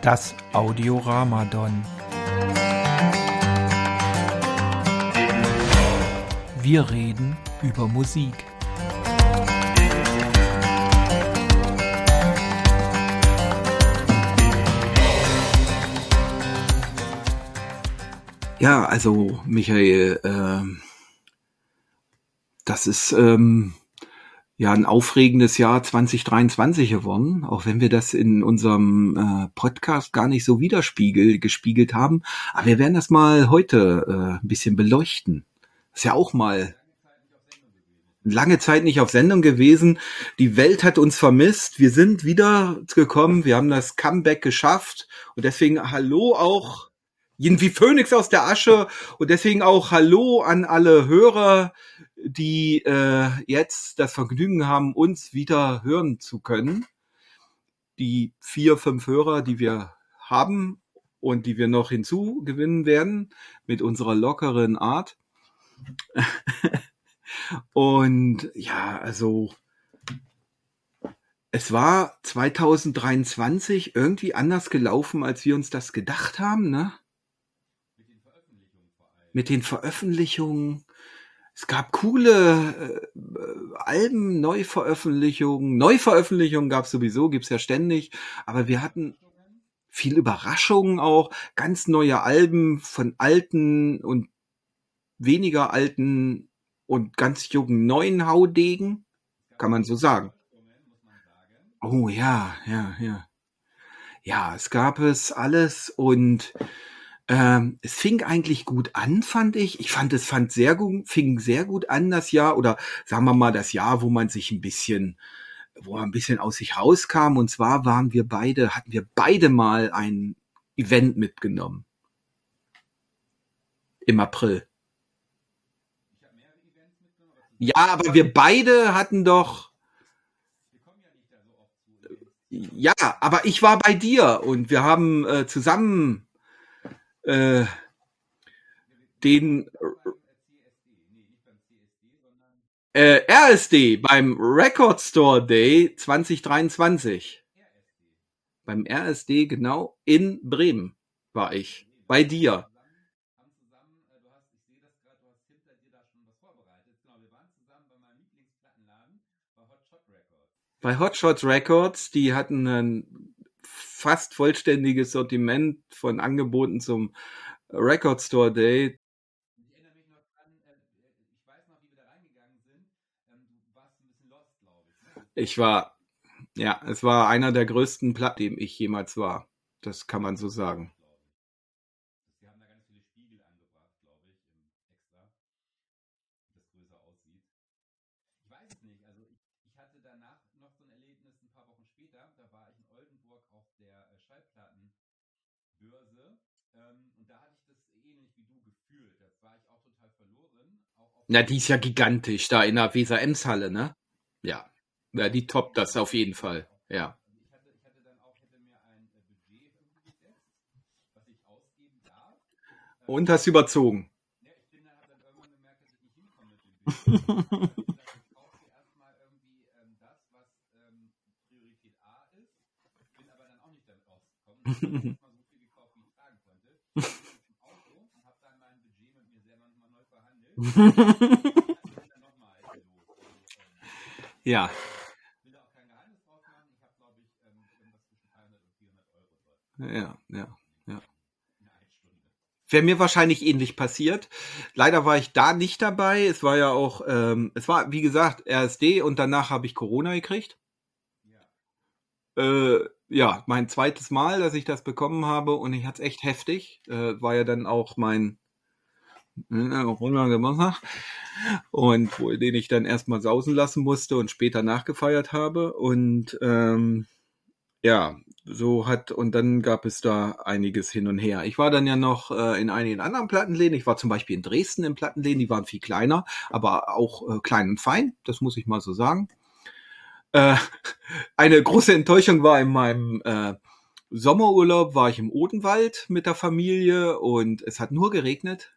Das Audioramadon. Wir reden über Musik. Ja, also Michael, das ist ja ein aufregendes Jahr 2023 geworden, auch wenn wir das in unserem Podcast gar nicht so gespiegelt haben. Aber wir werden das mal heute ein bisschen beleuchten. Ist ja auch mal lange Zeit nicht auf Sendung gewesen. Die Welt hat uns vermisst. Wir sind wieder gekommen. Wir haben das Comeback geschafft. Und deswegen hallo auch, wie Phönix aus der Asche. Und deswegen auch hallo an alle Hörer, die jetzt das Vergnügen haben, uns wieder hören zu können. Die 4, 5 Hörer, die wir haben und die wir noch hinzugewinnen werden mit unserer lockeren Art. Und ja, also es war 2023 irgendwie anders gelaufen, als wir uns das gedacht haben, ne? Mit den Veröffentlichungen. Es gab coole Alben, Neuveröffentlichungen gab es sowieso, gibt's ja ständig. Aber wir hatten viel Überraschungen auch, ganz neue Alben von alten und weniger alten und ganz jungen neuen Haudegen, kann man so sagen. Oh ja. Ja, es gab es alles und es fing eigentlich gut an, fand ich. fing sehr gut an das Jahr, oder sagen wir mal das Jahr, wo man ein bisschen aus sich rauskam. Und zwar hatten wir beide mal ein Event mitgenommen. Im April. Ja, aber wir beide hatten doch. Ja, aber ich war bei dir und wir haben zusammen den RSD beim Record Store Day 2023. Beim RSD, genau, in Bremen war ich. Bei dir. Bei Hot Shots Records, die hatten ein fast vollständiges Sortiment von Angeboten zum Record Store Day. Ich erinnere mich noch dran, ich weiß noch, wie wir da reingegangen sind. Du warst ein bisschen lost, glaube ich. Ne? Es war einer der größten Platten, dem ich jemals war. Das kann man so sagen. Sie haben da ganz viele Spiegel angebracht, glaube ich, extra, dass das größer aussieht. Ich weiß es nicht, also ich hatte danach noch so ein Erlebnis ein paar Wochen später, da war ich in Oldenburg auf der Schallplattenbörse und da hatte ich das ähnlich wie du gefühlt. Da war ich auch total verloren. Na, die ist ja gigantisch, da in der Weser-Ems-Halle, ne? Ja, die toppt das auf jeden Fall, ja. Ich hätte mir ein Budget gesetzt, was ich ausgeben darf. Und hast überzogen. Ja, ich habe dann irgendwann gemerkt, dass ich nicht hinkomme mit dem Budget. Ich kaufe erstmal irgendwie das, was Priorität A ist, bin aber dann auch nicht damit rausgekommen. Ich habe erstmal so viel gekauft, wie ich tragen konnte. Ich bin zum Auto und habe dann mein Budget mit mir selber nochmal neu verhandelt. Ja. Ich will da auch kein Geheimnis draus machen. Ich habe, glaube ich, irgendwas zwischen 300 und 400 Euro. Ja. Wäre mir wahrscheinlich ähnlich passiert. Leider war ich da nicht dabei. Es war ja auch, es war, wie gesagt, RSD und danach habe ich Corona gekriegt. Ja, mein zweites Mal, dass ich das bekommen habe und ich hatte es echt heftig. War ja dann auch mein Geburtstag und den ich dann erstmal sausen lassen musste und später nachgefeiert habe und ja, und dann gab es da einiges hin und her. Ich war dann ja noch in einigen anderen Plattenläden. Ich war zum Beispiel in Dresden im Plattenläden, die waren viel kleiner, aber auch klein und fein, das muss ich mal so sagen. Eine große Enttäuschung war in meinem Sommerurlaub, war ich im Odenwald mit der Familie und es hat nur geregnet.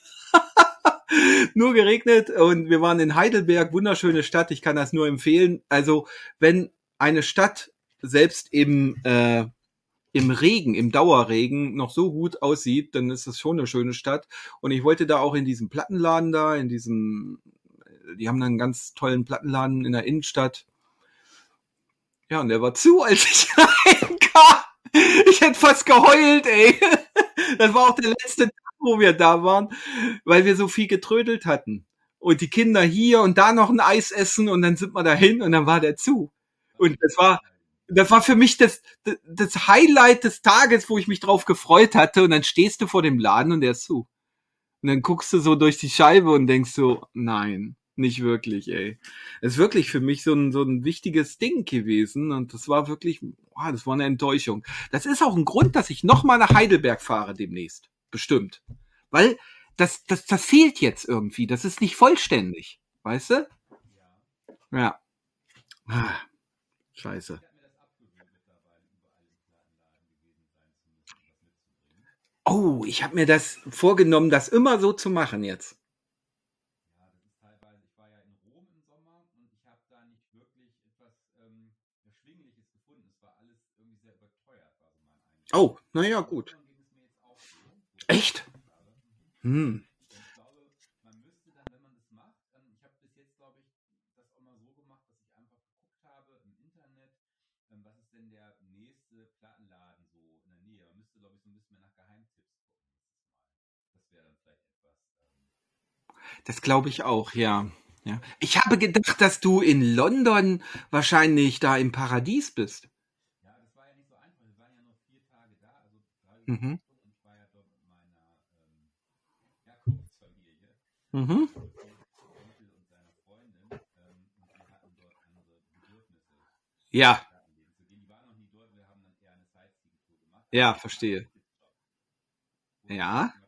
Nur geregnet und wir waren in Heidelberg, wunderschöne Stadt, ich kann das nur empfehlen. Also wenn eine Stadt selbst im im Regen, im Dauerregen noch so gut aussieht, dann ist das schon eine schöne Stadt. Und ich wollte da auch in diesem Plattenladen da, die haben da einen ganz tollen Plattenladen in der Innenstadt. Ja, und der war zu, als ich reinkam. Ich hätte fast geheult, ey. Das war auch der letzte Tag, wo wir da waren, weil wir so viel getrödelt hatten. Und die Kinder hier und da noch ein Eis essen und dann sind wir dahin und dann war der zu. Und das war für mich das Highlight des Tages, wo ich mich drauf gefreut hatte. Und dann stehst du vor dem Laden und der ist zu. Und dann guckst du so durch die Scheibe und denkst so, nein, nicht wirklich, ey. Es ist wirklich für mich so ein wichtiges Ding gewesen und das war wirklich, das war eine Enttäuschung. Das ist auch ein Grund, dass ich nochmal nach Heidelberg fahre demnächst. Bestimmt. Weil das fehlt jetzt irgendwie. Das ist nicht vollständig. Weißt du? Ja. Scheiße. Oh, ich habe mir das vorgenommen, das immer so zu machen jetzt. Oh, naja, gut. Echt? Hm. Das glaube ich auch, ja. Ja. Ich habe gedacht, dass du in London wahrscheinlich da im Paradies bist. Mhm. Mhm. Ja, ja, verstehe. Ja.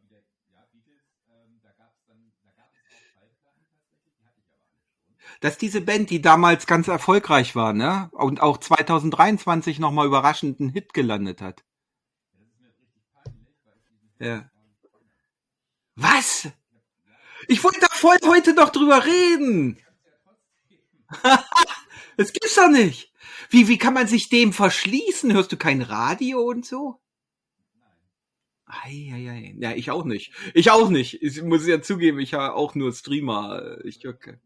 Das ist diese Band, die damals ganz erfolgreich war, ne? Und auch 2023 nochmal überraschend einen Hit gelandet hat. Ja. Was? Ich wollte da voll heute noch drüber reden. Das gibt's doch nicht. Wie kann man sich dem verschließen? Hörst du kein Radio und so? Eieiei. Ja, ich auch nicht. Ich auch nicht. Ich muss ja zugeben, ich habe auch nur Streamer. Okay.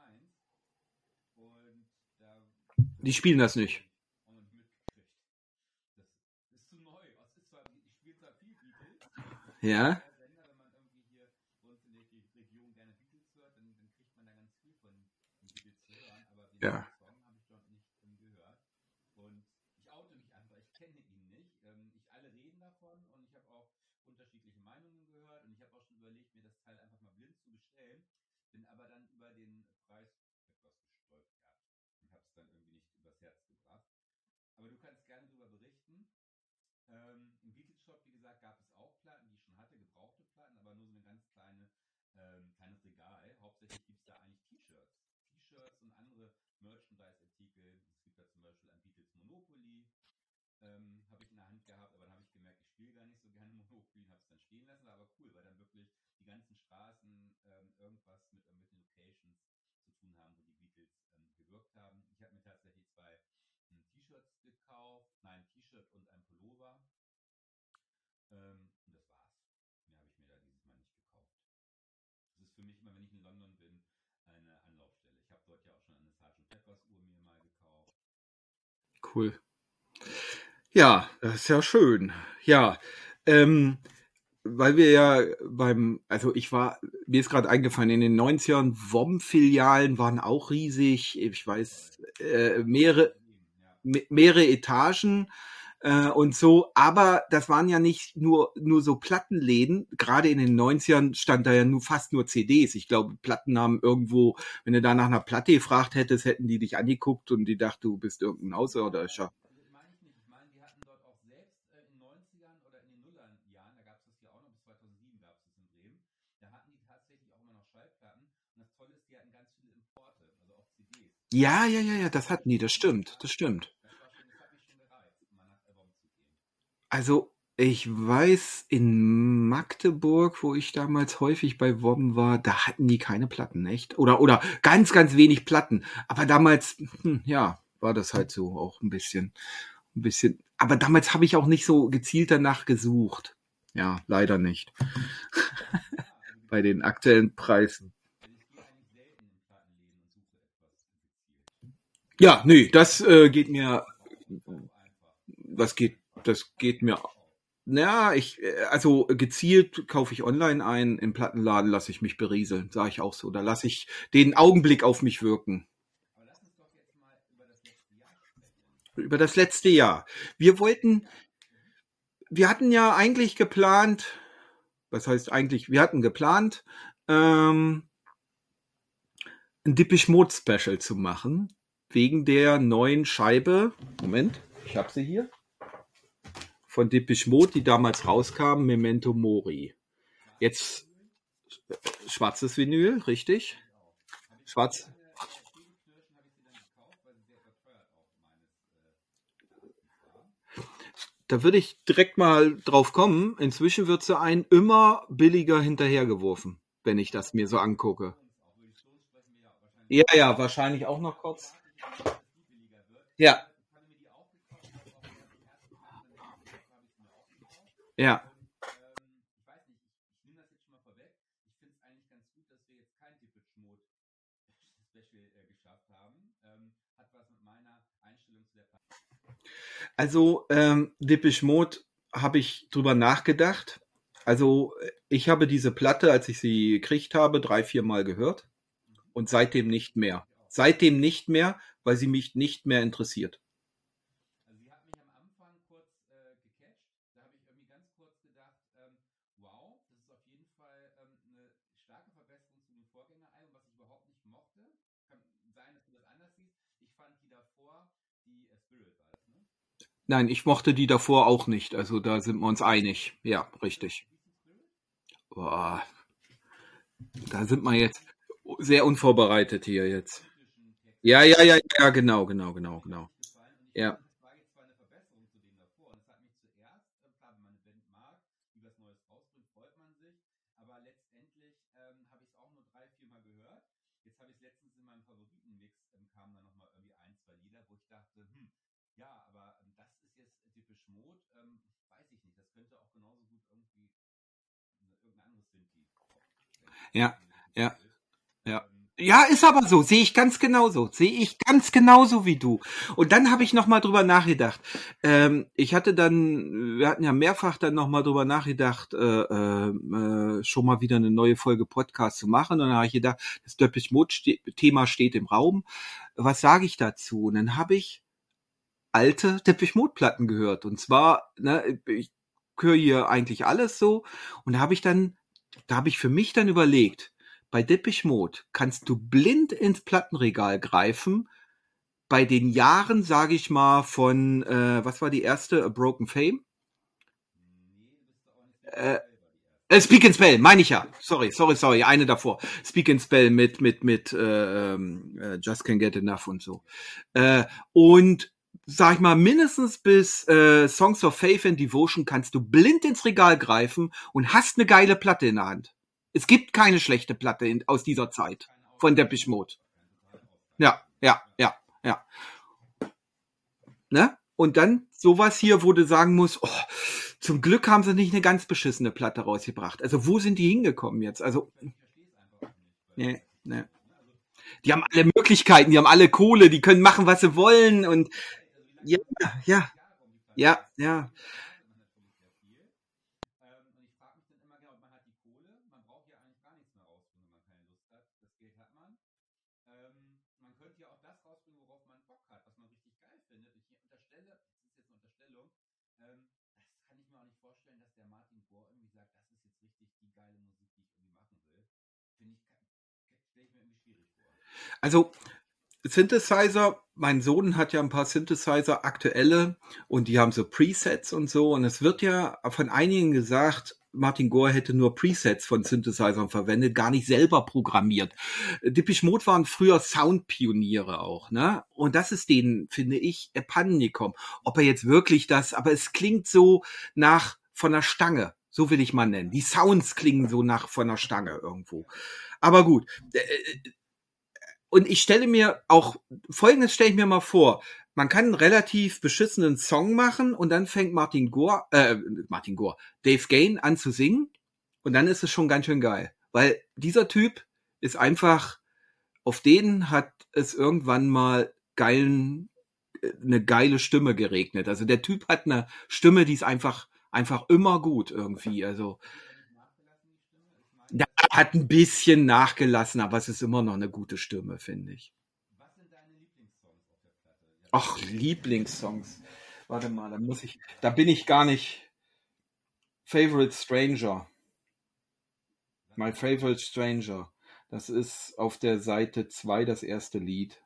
Die spielen das nicht. Ja? Ja. Cool. Ja, das ist ja schön. Ja, ähm, weil wir ja mir ist gerade eingefallen, in den 90ern, WOM-Filialen waren auch riesig. Ich weiß, mehrere Etagen und so. Aber das waren ja nicht nur so Plattenläden. Gerade in den 90ern stand da ja fast nur CDs. Ich glaube, Platten haben irgendwo, wenn du da nach einer Platte gefragt hättest, hätten die dich angeguckt und die dachten, du bist irgendein Außerirdischer. Ja, ja, ja, ja, das hatten die, das stimmt, das stimmt. Also, ich weiß, in Magdeburg, wo ich damals häufig bei WOM war, da hatten die keine Platten, echt? Oder ganz, ganz wenig Platten. Aber damals, ja, war das halt so auch ein bisschen. ein bisschen. Aber damals habe ich auch nicht so gezielt danach gesucht. Ja, leider nicht. Bei den aktuellen Preisen. Ja, nee, das geht mir, das geht mir. Na, also gezielt kaufe ich online ein, im Plattenladen lasse ich mich berieseln, sage ich auch so. Da lasse ich den Augenblick auf mich wirken. Über das letzte Jahr. Wir wollten, wir hatten ja eigentlich geplant, was heißt eigentlich, wir hatten geplant, ein Depeche Mode Special zu machen, wegen der neuen Scheibe, Moment, ich habe sie hier, von Depeche Mode, die damals rauskam, Memento Mori. Jetzt schwarzes Vinyl, richtig? Schwarz. Da würde ich direkt mal drauf kommen. Inzwischen wird sie ein immer billiger hinterhergeworfen, wenn ich das mir so angucke. Ja, ja, wahrscheinlich auch noch kurz. Ja, ja. Also Depeche Mode habe ich drüber nachgedacht. Also ich habe diese Platte, als ich sie gekriegt habe, 3, 4 Mal gehört und seitdem nicht mehr. Seitdem nicht mehr, weil sie mich nicht mehr interessiert. Nein, ich mochte die davor auch nicht. Also da sind wir uns einig. Ja, richtig. Boah, da sind wir jetzt sehr unvorbereitet hier jetzt. Ja, ja, ja, ja, genau, genau, genau, genau. Ja. Ja, ja, ja. Ja, ist aber so, sehe ich ganz genauso, sehe ich ganz genauso wie du. Und dann habe ich noch mal drüber nachgedacht. Wir hatten ja mehrfach dann noch mal drüber nachgedacht, schon mal wieder eine neue Folge Podcast zu machen. Und dann habe ich gedacht, das Depeche Mode Thema steht im Raum. Was sage ich dazu? Und dann habe ich alte Depeche Mode Platten gehört. Und zwar, ne, ich höre hier eigentlich alles so. Und da habe ich für mich dann überlegt, bei Depeche Mode kannst du blind ins Plattenregal greifen. Bei den Jahren, sage ich mal, von, was war die erste? A Broken Fame? Äh, Speak and Spell, meine ich ja. Sorry, eine davor. Speak and Spell mit Just Can't Get Enough und so. Und sag ich mal, mindestens bis Songs of Faith and Devotion kannst du blind ins Regal greifen und hast eine geile Platte in der Hand. Es gibt keine schlechte Platte aus dieser Zeit von Depeche Mode. Ja, ja, ja, ja. Ne? Und dann sowas hier, wo du sagen musst, oh, zum Glück haben sie nicht eine ganz beschissene Platte rausgebracht. Also wo sind die hingekommen jetzt? Also, ne, ne. Die haben alle Möglichkeiten, die haben alle Kohle, die können machen, was sie wollen und ja, ja, ja, ja. Also Synthesizer, mein Sohn hat ja ein paar Synthesizer aktuelle und die haben so Presets und so und es wird ja von einigen gesagt, Martin Gore hätte nur Presets von Synthesizern verwendet, gar nicht selber programmiert. Depeche Mode waren früher Soundpioniere auch, ne? Und das ist denen, finde ich, abhanden gekommen. Ob er jetzt wirklich aber es klingt so nach von der Stange. So will ich mal nennen. Die Sounds klingen so nach von der Stange irgendwo. Aber gut. Und ich stelle mir auch, Folgendes stelle ich mir mal vor. man kann einen relativ beschissenen Song machen und dann fängt Dave Gain an zu singen und dann ist es schon ganz schön geil. Weil dieser Typ ist einfach, auf den hat es irgendwann mal eine geile Stimme geregnet. Also der Typ hat eine Stimme, die ist einfach immer gut irgendwie. Also der hat ein bisschen nachgelassen, aber es ist immer noch eine gute Stimme, finde ich. Ach, Lieblingssongs. Warte mal, da bin ich gar nicht. Favorite Stranger. My Favorite Stranger. Das ist auf der Seite 2 das erste Lied.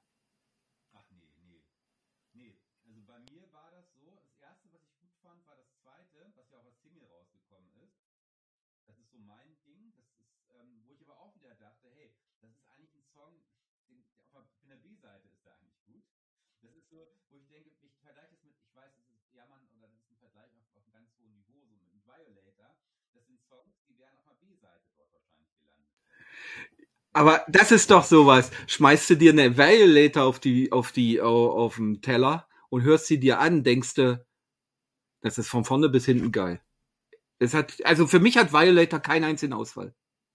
Aber das ist doch sowas. Schmeißt du dir eine Violator auf den Teller und hörst sie dir an, denkst du, das ist von vorne bis hinten geil. Also für mich hat Violator keinen einzigen Ausfall.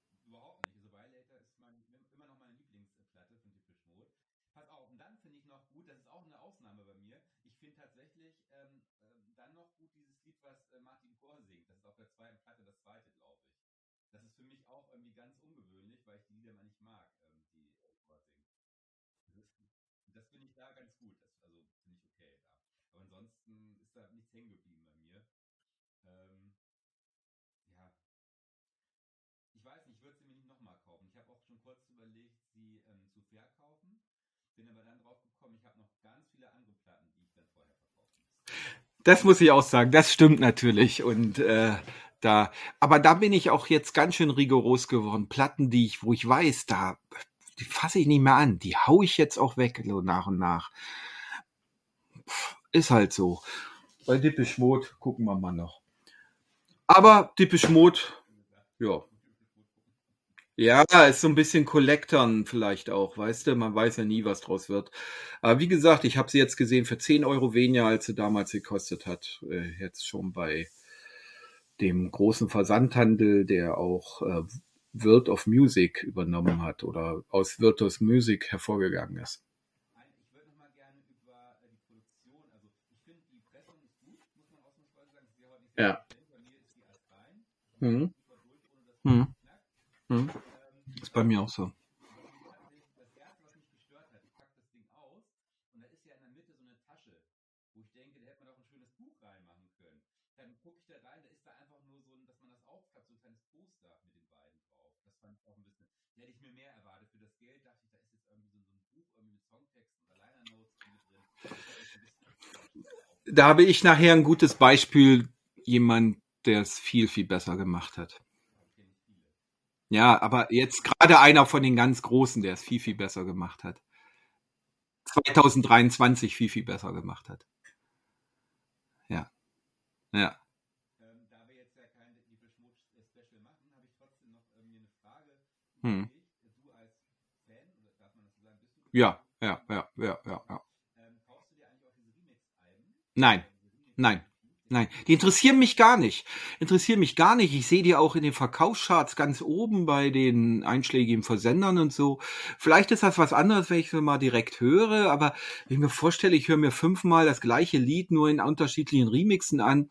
Das muss ich auch sagen, das stimmt natürlich. Aber da bin ich auch jetzt ganz schön rigoros geworden. Platten, wo ich weiß, die fasse ich nicht mehr an. Die hau ich jetzt auch weg, so nach und nach. Ist halt so. Bei Depeche Mode gucken wir mal noch. Aber Depeche Mode, ja. Ja, ist so ein bisschen Collectern vielleicht auch, weißt du? Man weiß ja nie, was draus wird. Aber wie gesagt, ich habe sie jetzt gesehen für 10 Euro weniger, als sie damals gekostet hat. Jetzt schon bei dem großen Versandhandel, der auch World of Music übernommen hat oder aus World of Music hervorgegangen ist. Ja. Mhm. Mhm. Mhm. Ist bei mir auch so. Da habe ich nachher ein gutes Beispiel, jemand, der es viel, viel besser gemacht hat. Ja, aber jetzt gerade einer von den ganz Großen, der es viel, viel besser gemacht hat. 2023 viel, viel besser gemacht hat. Ja, ja. Hm. Ja, ja, ja, ja, ja, ja. Nein, nein, nein. Die interessieren mich gar nicht. Interessieren mich gar nicht. Ich sehe die auch in den Verkaufscharts ganz oben bei den einschlägigen Versendern und so. Vielleicht ist das was anderes, wenn ich es mal direkt höre, aber wenn ich mir vorstelle, ich höre mir 5-mal das gleiche Lied nur in unterschiedlichen Remixen an.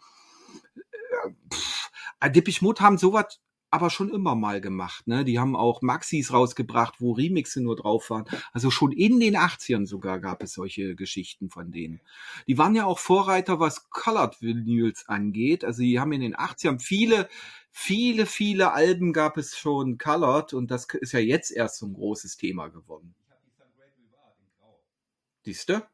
Depeche Mode haben sowas aber schon immer mal gemacht, ne? Die haben auch Maxis rausgebracht, wo Remixe nur drauf waren. Also schon in den 80ern sogar gab es solche Geschichten von denen. Die waren ja auch Vorreiter, was Colored Vinyls angeht. Also die haben in den 80ern viele Alben gab es schon Colored und das ist ja jetzt erst so ein großes Thema geworden. Siehste?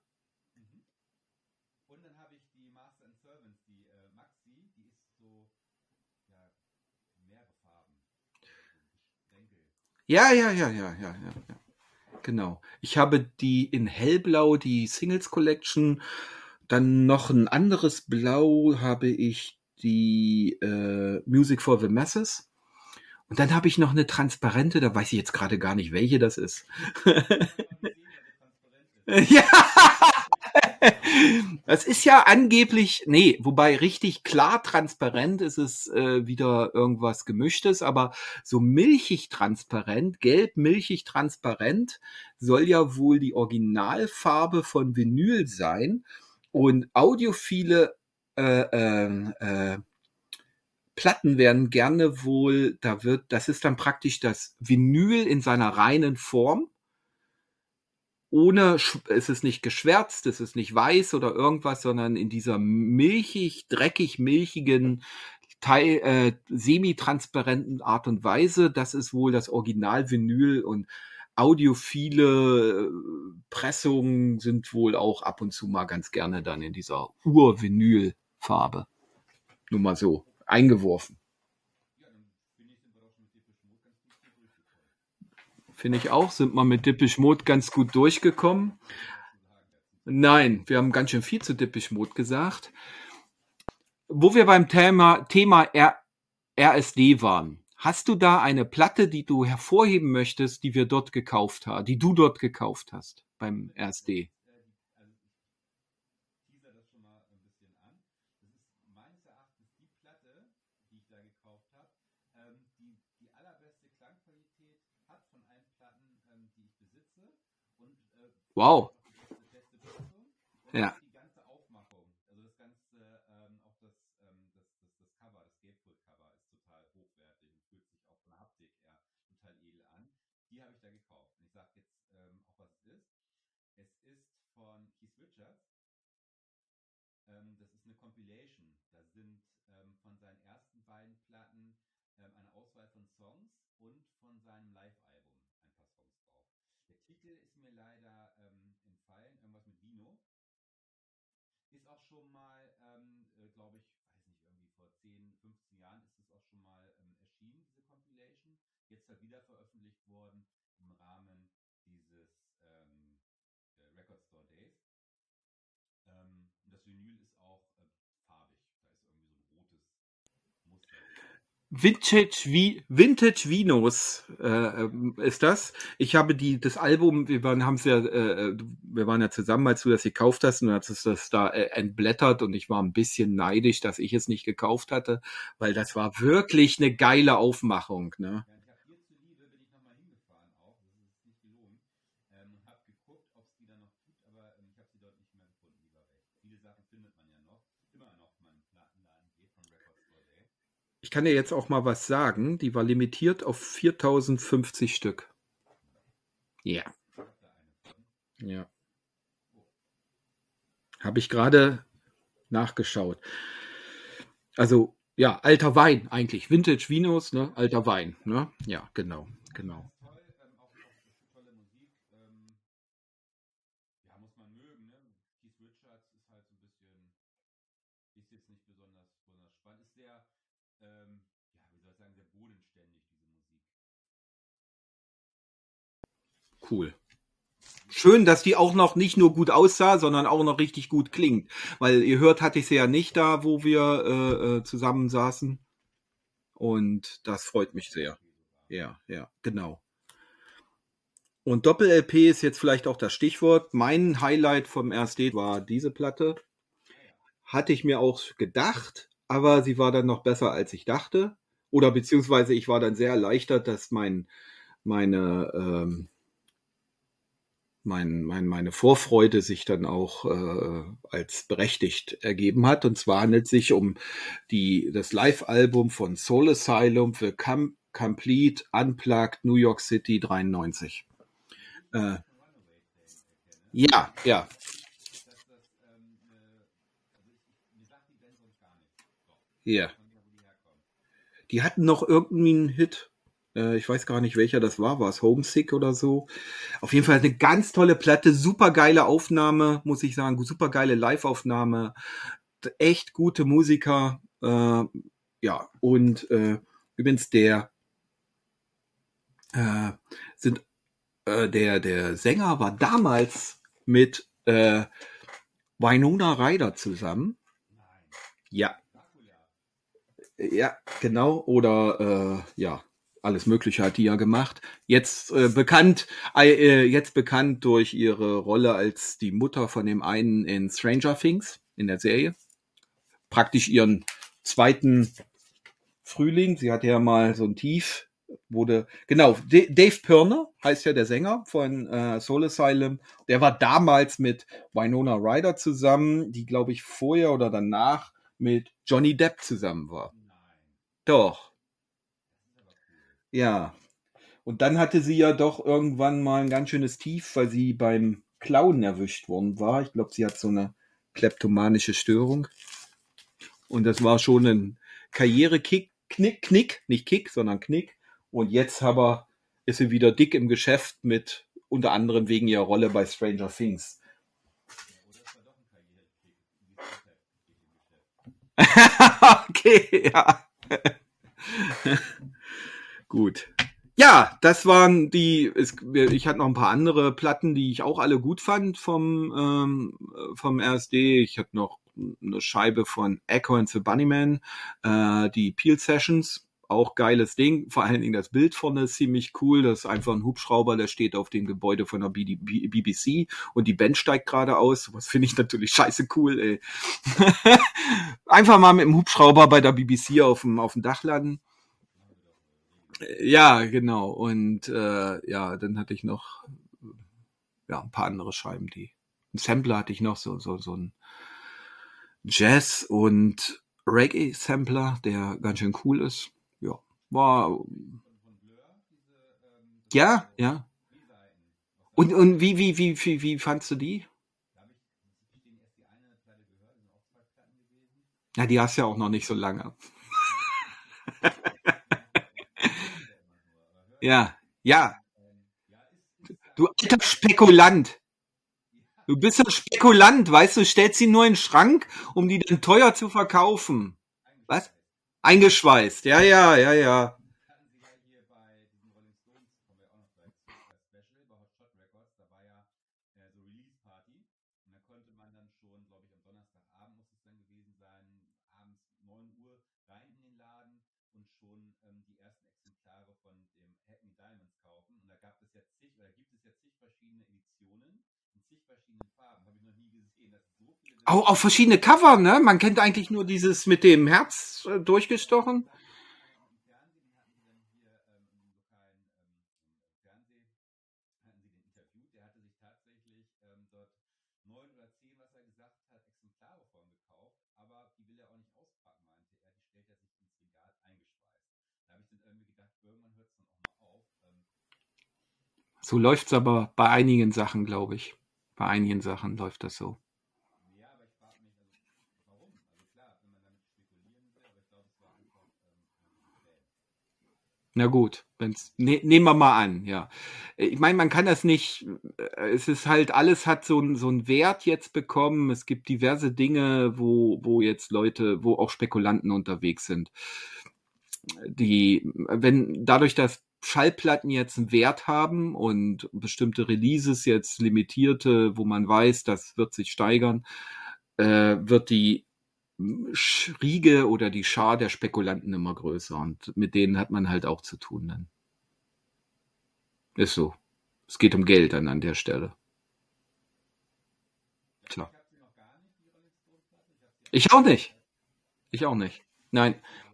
Ja. Genau. Ich habe die in hellblau, die Singles Collection. Dann noch ein anderes Blau habe ich die Music for the Masses. Und dann habe ich noch eine transparente, da weiß ich jetzt gerade gar nicht, welche das ist. Ja, Das ist ja angeblich, nee, wobei richtig klar transparent ist es wieder irgendwas Gemischtes, aber so milchig transparent, gelb milchig transparent soll ja wohl die Originalfarbe von Vinyl sein. Und audiophile Platten werden gerne wohl, das ist dann praktisch das Vinyl in seiner reinen Form. Es ist nicht geschwärzt, es ist nicht weiß oder irgendwas, sondern in dieser dreckig milchigen, semi-transparenten Art und Weise. Das ist wohl das Original-Vinyl, und audiophile Pressungen sind wohl auch ab und zu mal ganz gerne dann in dieser Ur-Vinyl-Farbe. Nur mal so eingeworfen. Finde ich auch, sind wir mit Depeche Mode ganz gut durchgekommen. Nein, wir haben ganz schön viel zu Depeche Mode gesagt. Wo wir beim Thema RSD waren, hast du da eine Platte, die du hervorheben möchtest, die du dort gekauft hast beim RSD? Wow. Ja. Vintage Vinos ist das. Ich habe das Album, wir waren ja zusammen, als du das gekauft hast, und du hast das da entblättert, und ich war ein bisschen neidisch, dass ich es nicht gekauft hatte, weil das war wirklich eine geile Aufmachung, ne? Ich kann dir jetzt auch mal was sagen, die war limitiert auf 4050 Stück. Ja. Ja. Habe ich gerade nachgeschaut. Also, ja, alter Wein eigentlich. Vintage Vinos, ne? Alter Wein, ne? Ja, genau, genau. Cool. Schön, dass die auch noch nicht nur gut aussah, sondern auch noch richtig gut klingt. Weil ihr hört, hatte ich sie ja nicht da, wo wir zusammen saßen. Und das freut mich sehr. Ja, ja, genau. Und Doppel-LP ist jetzt vielleicht auch das Stichwort. Mein Highlight vom RSD war diese Platte. Hatte ich mir auch gedacht, aber sie war dann noch besser, als ich dachte. Oder beziehungsweise ich war dann sehr erleichtert, dass meine meine Vorfreude sich dann auch als berechtigt ergeben hat. Und zwar handelt es sich um das Live-Album von Soul Asylum für Complete Unplugged New York City 93. Äh, ja, ja. Ja. Die hatten noch irgendeinen Hit. Ich weiß gar nicht, welcher das war. War es Homesick oder so? Auf jeden Fall eine ganz tolle Platte. Super geile Aufnahme, muss ich sagen. Super geile Live-Aufnahme. Echt gute Musiker. Ja, und übrigens äh, sind der Sänger war damals mit Winona Ryder zusammen. Ja, ja, genau. Oder ja, alles Mögliche hat die ja gemacht. Jetzt bekannt durch ihre Rolle als die Mutter von dem einen in Stranger Things in der Serie. Praktisch ihren zweiten Frühling. Sie hatte ja mal so ein Tief. Genau, Dave Pirner heißt ja der Sänger von Soul Asylum. Der war damals mit Winona Ryder zusammen, die, glaube ich, vorher oder danach mit Johnny Depp zusammen war. Doch, ja. Und dann hatte sie ja doch irgendwann mal ein ganz schönes Tief, weil sie beim Klauen erwischt worden war. Ich glaube, sie hat so eine kleptomanische Störung. Und das war schon ein Karrierekick, Knick, nicht Kick, sondern Knick. Und jetzt aber ist sie wieder dick im Geschäft mit unter anderem wegen ihrer Rolle bei Stranger Things. Okay, ja. Gut. Ja, das waren ich hatte noch ein paar andere Platten, die ich auch alle gut fand vom RSD. Ich hatte noch eine Scheibe von Echo and the Bunnymen, die Peel Sessions, auch geiles Ding. Vor allen Dingen das Bild vorne ist ziemlich cool. Das ist einfach ein Hubschrauber, der steht auf dem Gebäude von der BBC und die Band steigt gerade aus. Was finde ich natürlich scheiße cool, ey. Einfach mal mit dem Hubschrauber bei der BBC auf dem Dach landen. Ja, genau. Und ja, dann hatte ich noch ein paar andere Scheiben, ein Sampler hatte ich noch, so ein Jazz- und Reggae-Sampler, der ganz schön cool ist. Ja, war, ja. Und wie fandst du die? Ja, die hast ja auch noch nicht so lange. Ja, ja. Du alter Spekulant. Du bist ein Spekulant, weißt du, stellst sie nur in den Schrank, um die dann teuer zu verkaufen. Was? Eingeschweißt. Ja, ja, ja, ja. Auch verschiedene Cover, ne? Man kennt eigentlich nur dieses mit dem Herz durchgestochen. So läuft's aber bei einigen Sachen, glaube ich. Bei einigen Sachen läuft das so. Na gut, nehmen wir mal an, ja. Ich meine, man kann das nicht, es ist halt, alles hat so einen Wert jetzt bekommen. Es gibt diverse Dinge, wo jetzt Leute, wo auch Spekulanten unterwegs sind. Wenn dadurch, dass Schallplatten jetzt einen Wert haben und bestimmte Releases jetzt limitierte, wo man weiß, das wird sich steigern, wird die Riege oder die Schar der Spekulanten immer größer und mit denen hat man halt auch zu tun dann. Ist so. Es geht um Geld dann an der Stelle. Tja. Ich auch nicht. Ich auch nicht. Nein.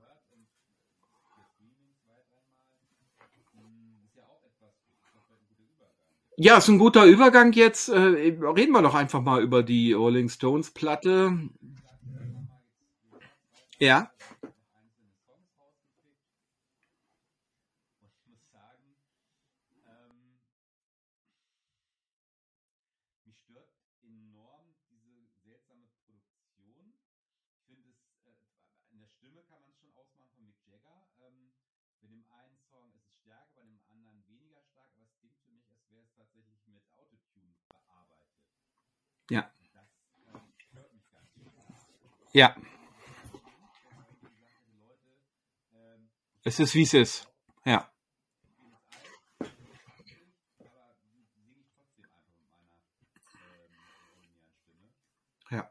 Ja, ist ein guter Übergang jetzt. Reden wir doch einfach mal über die Rolling Stones Platte. Ja. Ja. Ja. Es ist, wie es ist. Ja. Ja.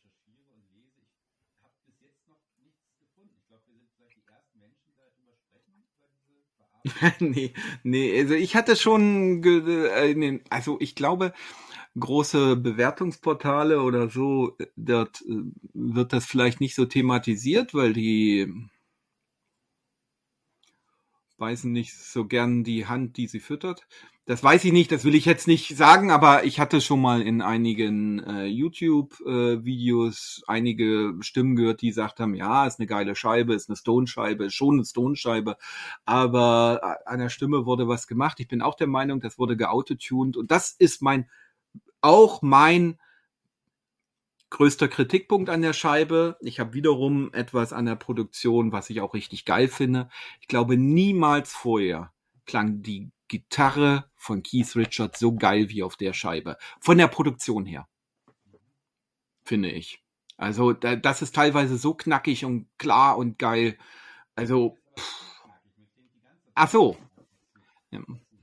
Nee, nee, also ich hatte schon, also ich glaube, große Bewertungsportale oder so, dort wird das vielleicht nicht so thematisiert, weil die beißen nicht so gern die Hand, die sie füttert. Das weiß ich nicht, das will ich jetzt nicht sagen, aber ich hatte schon mal in einigen YouTube-Videos einige Stimmen gehört, die gesagt haben, ja, ist eine geile Scheibe, ist eine Stone-Scheibe, ist schon eine Stone-Scheibe, aber an der Stimme wurde was gemacht. Ich bin auch der Meinung, das wurde geautotuned und das ist auch mein größter Kritikpunkt an der Scheibe. Ich habe wiederum etwas an der Produktion, was ich auch richtig geil finde. Ich glaube, niemals vorher klang die Gitarre von Keith Richards so geil wie auf der Scheibe. Von der Produktion her, finde ich. Also das ist teilweise so knackig und klar und geil. Also, ach so. Ja.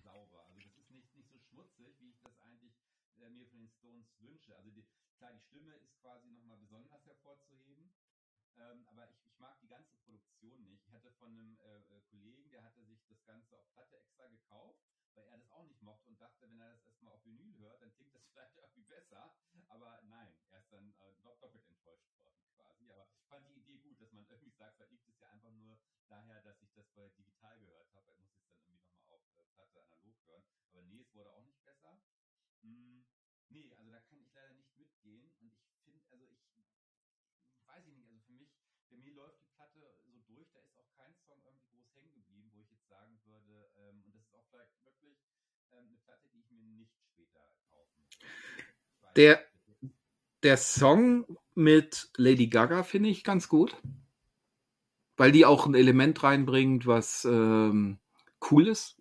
Der, der Song mit Lady Gaga finde ich ganz gut, weil die auch ein Element reinbringt, was cool ist,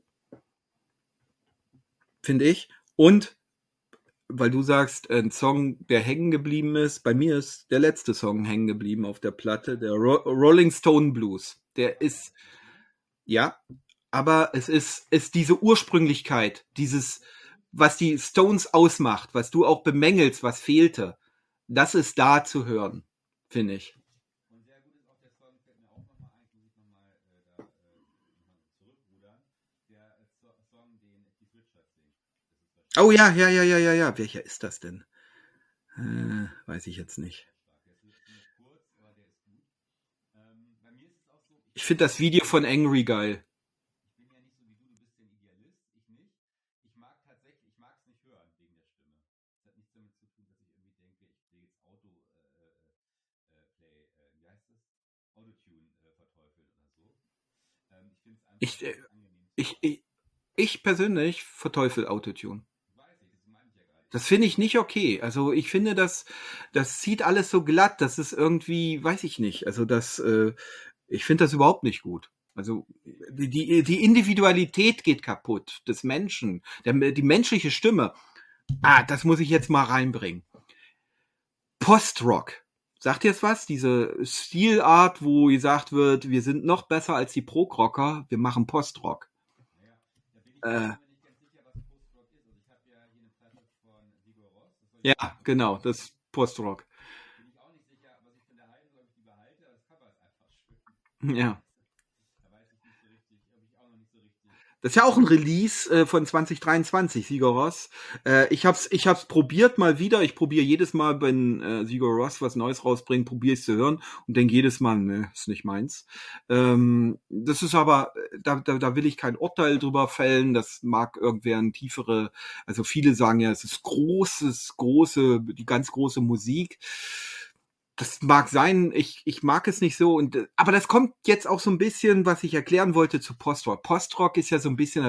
finde ich. Und weil du sagst, ein Song, der hängen geblieben ist, bei mir ist der letzte Song hängen geblieben auf der Platte, der Rolling Stone Blues. Der ist, ja, aber ist diese Ursprünglichkeit, dieses, was die Stones ausmacht, was du auch bemängelst, was fehlte, das ist da zu hören, finde ich. Oh ja, ja, ja, ja, ja, ja. Welcher ist das denn? Weiß ich jetzt nicht. Ich finde das Video von Angry geil. Ich, äh, ich, ich persönlich verteufel Autotune. Das finde ich nicht okay. Also ich finde, das zieht alles so glatt. Das ist irgendwie, weiß ich nicht. Also ich finde das überhaupt nicht gut. Also die Individualität geht kaputt des Menschen, die menschliche Stimme. Das muss ich jetzt mal reinbringen. Postrock. Sagt ihr jetzt was? Diese Stilart, wo gesagt wird, wir sind noch besser als die Prog-Rocker, wir machen Postrock. Äh, ja, genau, das Postrock. Ja. Das ist ja auch ein Release von 2023, Sigur Rós. Ich hab's probiert mal wieder. Ich probiere jedes Mal, wenn Sigur Rós was Neues rausbringt, probiere ich zu hören und denke jedes Mal, ne, ist nicht meins. Das ist aber, da will ich kein Urteil drüber fällen. Das mag irgendwer ein tiefere, also viele sagen ja, es ist die ganz große Musik. Das mag sein, ich mag es nicht so und aber das kommt jetzt auch so ein bisschen, was ich erklären wollte zu Postrock. Postrock ist ja so ein bisschen,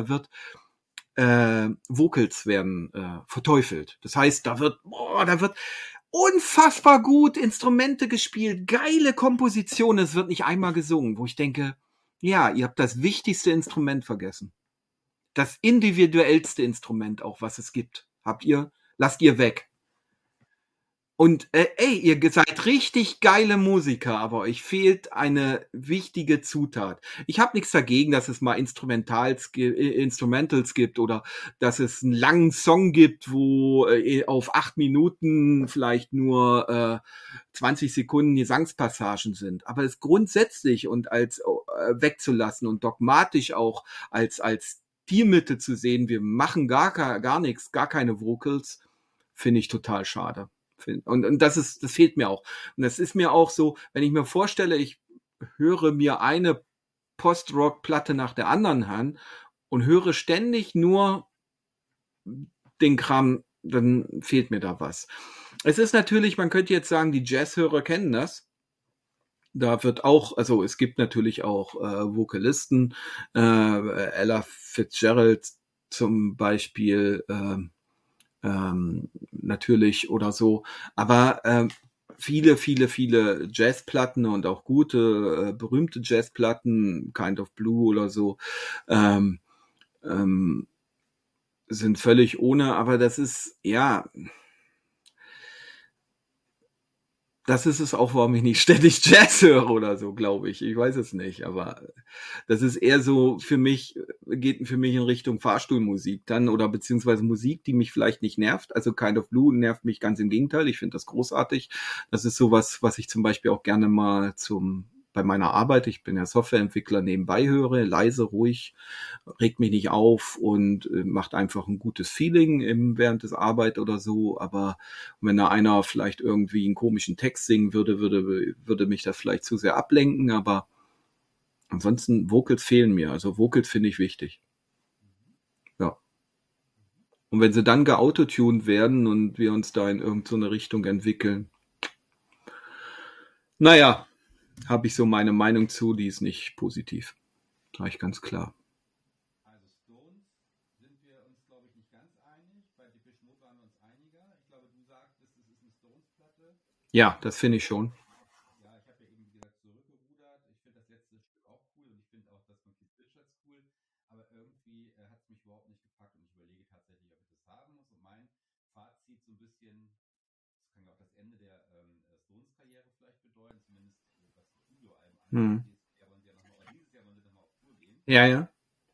Vocals werden verteufelt. Das heißt, da wird unfassbar gut Instrumente gespielt, geile Komposition, es wird nicht einmal gesungen, wo ich denke, ja, ihr habt das wichtigste Instrument vergessen. Das individuellste Instrument auch, was es gibt, lasst ihr weg. Und ey, seid richtig geile Musiker, aber euch fehlt eine wichtige Zutat. Ich habe nichts dagegen, dass es mal Instrumentals gibt oder dass es einen langen Song gibt, wo auf 8 Minuten vielleicht nur 20 Sekunden Gesangspassagen sind. Aber es grundsätzlich und als wegzulassen und dogmatisch auch als Stilmittel zu sehen, wir machen gar nichts, gar keine Vocals, finde ich total schade. Und das fehlt mir auch. Und das ist mir auch so, wenn ich mir vorstelle, ich höre mir eine Post-Rock-Platte nach der anderen an und höre ständig nur den Kram, dann fehlt mir da was. Es ist natürlich, man könnte jetzt sagen, die Jazzhörer kennen das. Da wird auch, also es gibt natürlich auch Vokalisten, Ella Fitzgerald zum Beispiel, natürlich oder so. Aber viele Jazzplatten und auch gute, berühmte Jazzplatten, Kind of Blue oder so, ähm, ähm, sind völlig ohne, aber das ist, ja, das ist es auch, warum ich nicht ständig Jazz höre oder so, glaube ich. Ich weiß es nicht, aber das ist eher so für mich, geht für mich in Richtung Fahrstuhlmusik dann oder beziehungsweise Musik, die mich vielleicht nicht nervt. Also Kind of Blue nervt mich ganz im Gegenteil. Ich finde das großartig. Das ist sowas, was ich zum Beispiel auch gerne mal bei meiner Arbeit, ich bin ja Softwareentwickler, nebenbei höre, leise, ruhig, regt mich nicht auf und macht einfach ein gutes Feeling während des Arbeit oder so. Aber wenn da einer vielleicht irgendwie einen komischen Text singen würde mich das vielleicht zu sehr ablenken. Aber ansonsten Vocals fehlen mir. Also Vocals finde ich wichtig. Ja. Und wenn sie dann geautotuned werden und wir uns da in irgendeine Richtung entwickeln, naja, habe ich so meine Meinung zu, die ist nicht positiv. Sage ich ganz klar. Also Stones sind wir uns, glaube ich, nicht ganz einig. Bei Depeche Mode waren wir uns einiger. Ich glaube, du sagtest, es ist eine Stones-Platte. Ja, das finde ich schon. Ja, ich habe ja eben, wie gesagt, zurückgerudert. Ich finde das letzte Stück auch cool und ich finde auch das von Keith Richards cool. Aber irgendwie hat es mich überhaupt nicht gepackt und ich überlege tatsächlich, ob ich das haben muss. Und mein Fazit so ein bisschen, das kann ja auch das Ende der Stones-Karriere vielleicht bedeuten, zumindest was die Studioalben angeht. Hm. Nächstes Jahr wollen sie ja nochmal, oder dieses Jahr wollen sie nochmal auf Tour gehen. Ja, ja.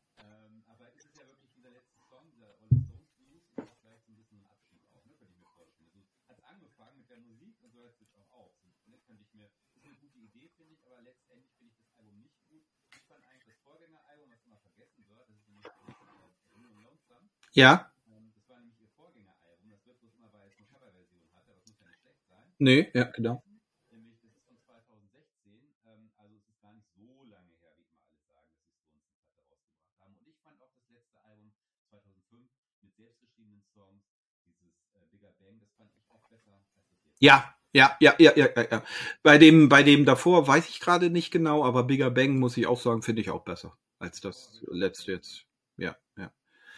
Aber ist es ja wirklich dieser letzte Song, dieser Rolling Stones Blues, ist auch vielleicht so ein bisschen ein Abschied auch, ne, könnte ich mir vorstellen. Also hat es angefangen mit der Musik und so hört es jetzt auch auf. So, ne, könnte ich mir, ist eine gute Idee, finde ich, aber letztendlich finde ich das Album nicht gut. Ich fand eigentlich das Vorgängeralbum, was immer vergessen wird, das ist nämlich New and Lonesome. Ja. Das war nämlich ihr Vorgängeralbum. Das wird bloß immer, weil es eine Coverversion hatte, aber es muss ja nicht schlecht sein. Nee, ja, genau. Nämlich, das ist von 2016, also es ist gar nicht so lange her, wie immer alle sagen, dass die Stones eine Platte rausgebracht haben. Und ich fand auch das letzte Album 2005 mit selbstgeschriebenen Songs, dieses Bigger Bang, das fand ich auch besser als das jetzt. Ja, ja. Bei dem davor weiß ich gerade nicht genau, aber Bigger Bang muss ich auch sagen, finde ich auch besser als das letzte jetzt. Ja, ja.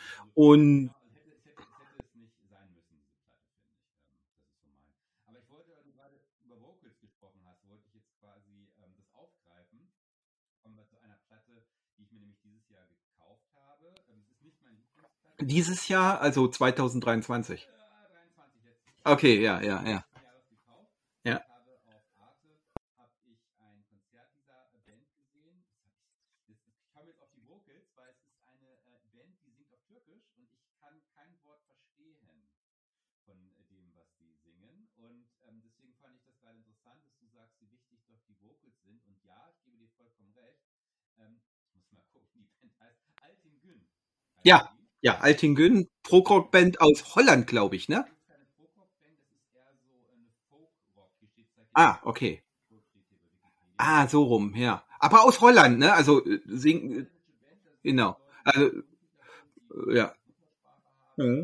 Und Es hätte es nicht sein müssen, diese Platte, finde ich. Das ist so mein. Aber ich wollte, weil du gerade über Vocals gesprochen hast, wollte ich jetzt quasi das aufgreifen. Kommen wir zu einer Platte, die ich mir nämlich dieses Jahr gekauft habe. Es ist nicht meine Lieblingsplatte. dieses Jahr, also 2023. 23 letztes Jahr. Okay, ja. Jahres gekauft. Ja. Ich habe auf Arte habe ich ein Konzert dieser Band gesehen. Ich komme jetzt auf die Vocals, weil es ist eine Band, die singt auf Türkisch und ich kann kein Wort verstehen von dem, was die singen. Und deswegen fand ich das gerade interessant, dass du sagst, wie wichtig doch die Vocals sind. Und ja, ich gebe dir vollkommen recht. Ich muss mal gucken, wie die Band heißt. Altin Gün. Ja, Altin Gün, Prog-Rock-Band aus Holland, glaube ich, ne? Das ist keine Prog-Rock-Band, das ist eher so eine Folk-Rock. Hier steht Okay. Folk steht hier bei Wikipedia. So rum, ja. Aber aus Holland, ne? Also singen, genau. Also, ja. Mhm.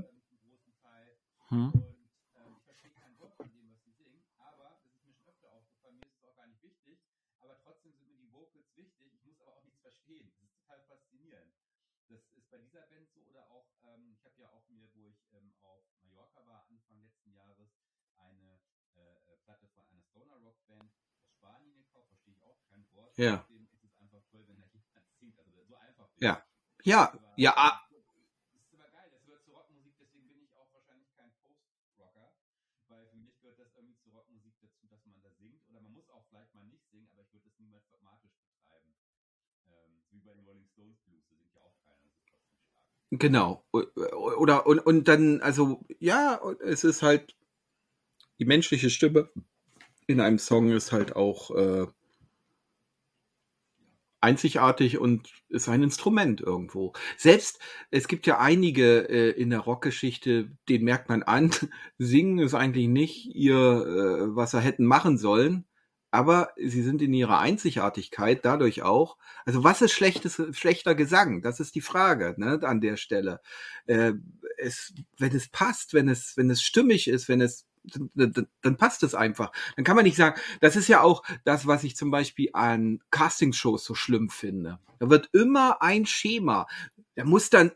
Hm. Und ich verstehe kein Wort von dem, was sie singen, aber das ist mir schon öfter aufgefallen, mir ist es auch gar nicht wichtig, aber trotzdem sind mir die Vocals wichtig, ich muss aber auch nichts verstehen. Das ist total faszinierend. Das ist bei dieser Band so oder auch, ich habe ja auch mir, wo ich auf Mallorca war, Anfang letzten Jahres, eine Platte von einer Stoner-Rock-Band aus Spanien gekauft, verstehe ich auch kein Wort. Ja. Trotzdem ist es einfach toll, wenn da jemand singt, also so einfach. Ja. Ja. Das ist aber geil, das gehört zur Rockmusik, deswegen bin ich auch wahrscheinlich kein Post-Rocker. weil für mich gehört das irgendwie zur Rockmusik dazu, dass man da singt. Oder man muss auch vielleicht mal nicht singen, aber ich würde das niemals dogmatisch betreiben. Wie bei den Rolling Stones Blues, da singt ja auch keiner, das ist trotzdem stark. Genau. Und dann, also, ja, es ist halt, die menschliche Stimme in einem Song ist halt auch einzigartig und ist ein Instrument irgendwo. Selbst, es gibt ja einige in der Rockgeschichte, denen merkt man an, singen ist eigentlich nicht was sie hätten machen sollen, aber sie sind in ihrer Einzigartigkeit dadurch auch. Also was ist schlechter Gesang? Das ist die Frage, ne, an der Stelle. Äh, wenn es passt, wenn es stimmig ist, dann passt es einfach. Dann kann man nicht sagen, das ist ja auch das, was ich zum Beispiel an Castingshows so schlimm finde. Da wird immer ein Schema. Der muss dann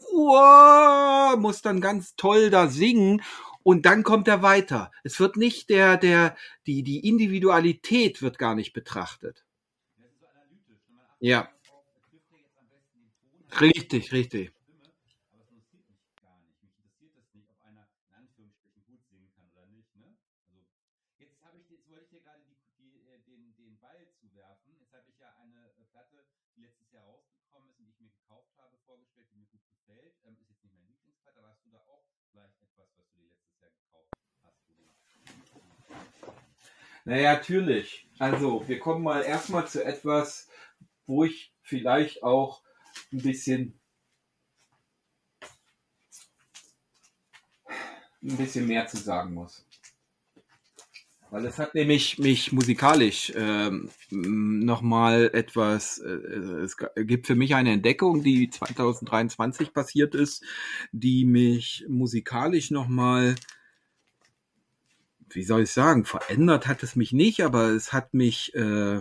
ganz toll da singen und dann kommt er weiter. Es wird nicht die Individualität wird gar nicht betrachtet. Das ist so analytisch. Man achtet Ja, darauf, trifft er jetzt am besten den Ton, hat er richtig, eine richtig. Stimme, aber es interessiert mich gar nicht. Mich interessiert das nicht, ob einer in Anführungsstrichen gut singen kann oder nicht. Ne? Also jetzt wollte ich dir gerade den Ball zuwerfen. Jetzt habe ich ja eine Platte, die letztes Jahr rausgekommen ist und die ich mir gekauft habe, vorgestellt, die mir gut gefällt. Ist jetzt nicht mein Lieblingsplatte, aber hast du da auch vielleicht etwas, was du dir letztes Jahr gekauft hast, wo du vorstellen? Naja, natürlich. Also, wir kommen mal erstmal zu etwas, wo ich vielleicht auch ein bisschen mehr zu sagen muss. Weil es hat nämlich mich musikalisch nochmal etwas, es gibt für mich eine Entdeckung, die 2023 passiert ist, die mich musikalisch nochmal, wie soll ich sagen, verändert hat es mich nicht, aber es hat mich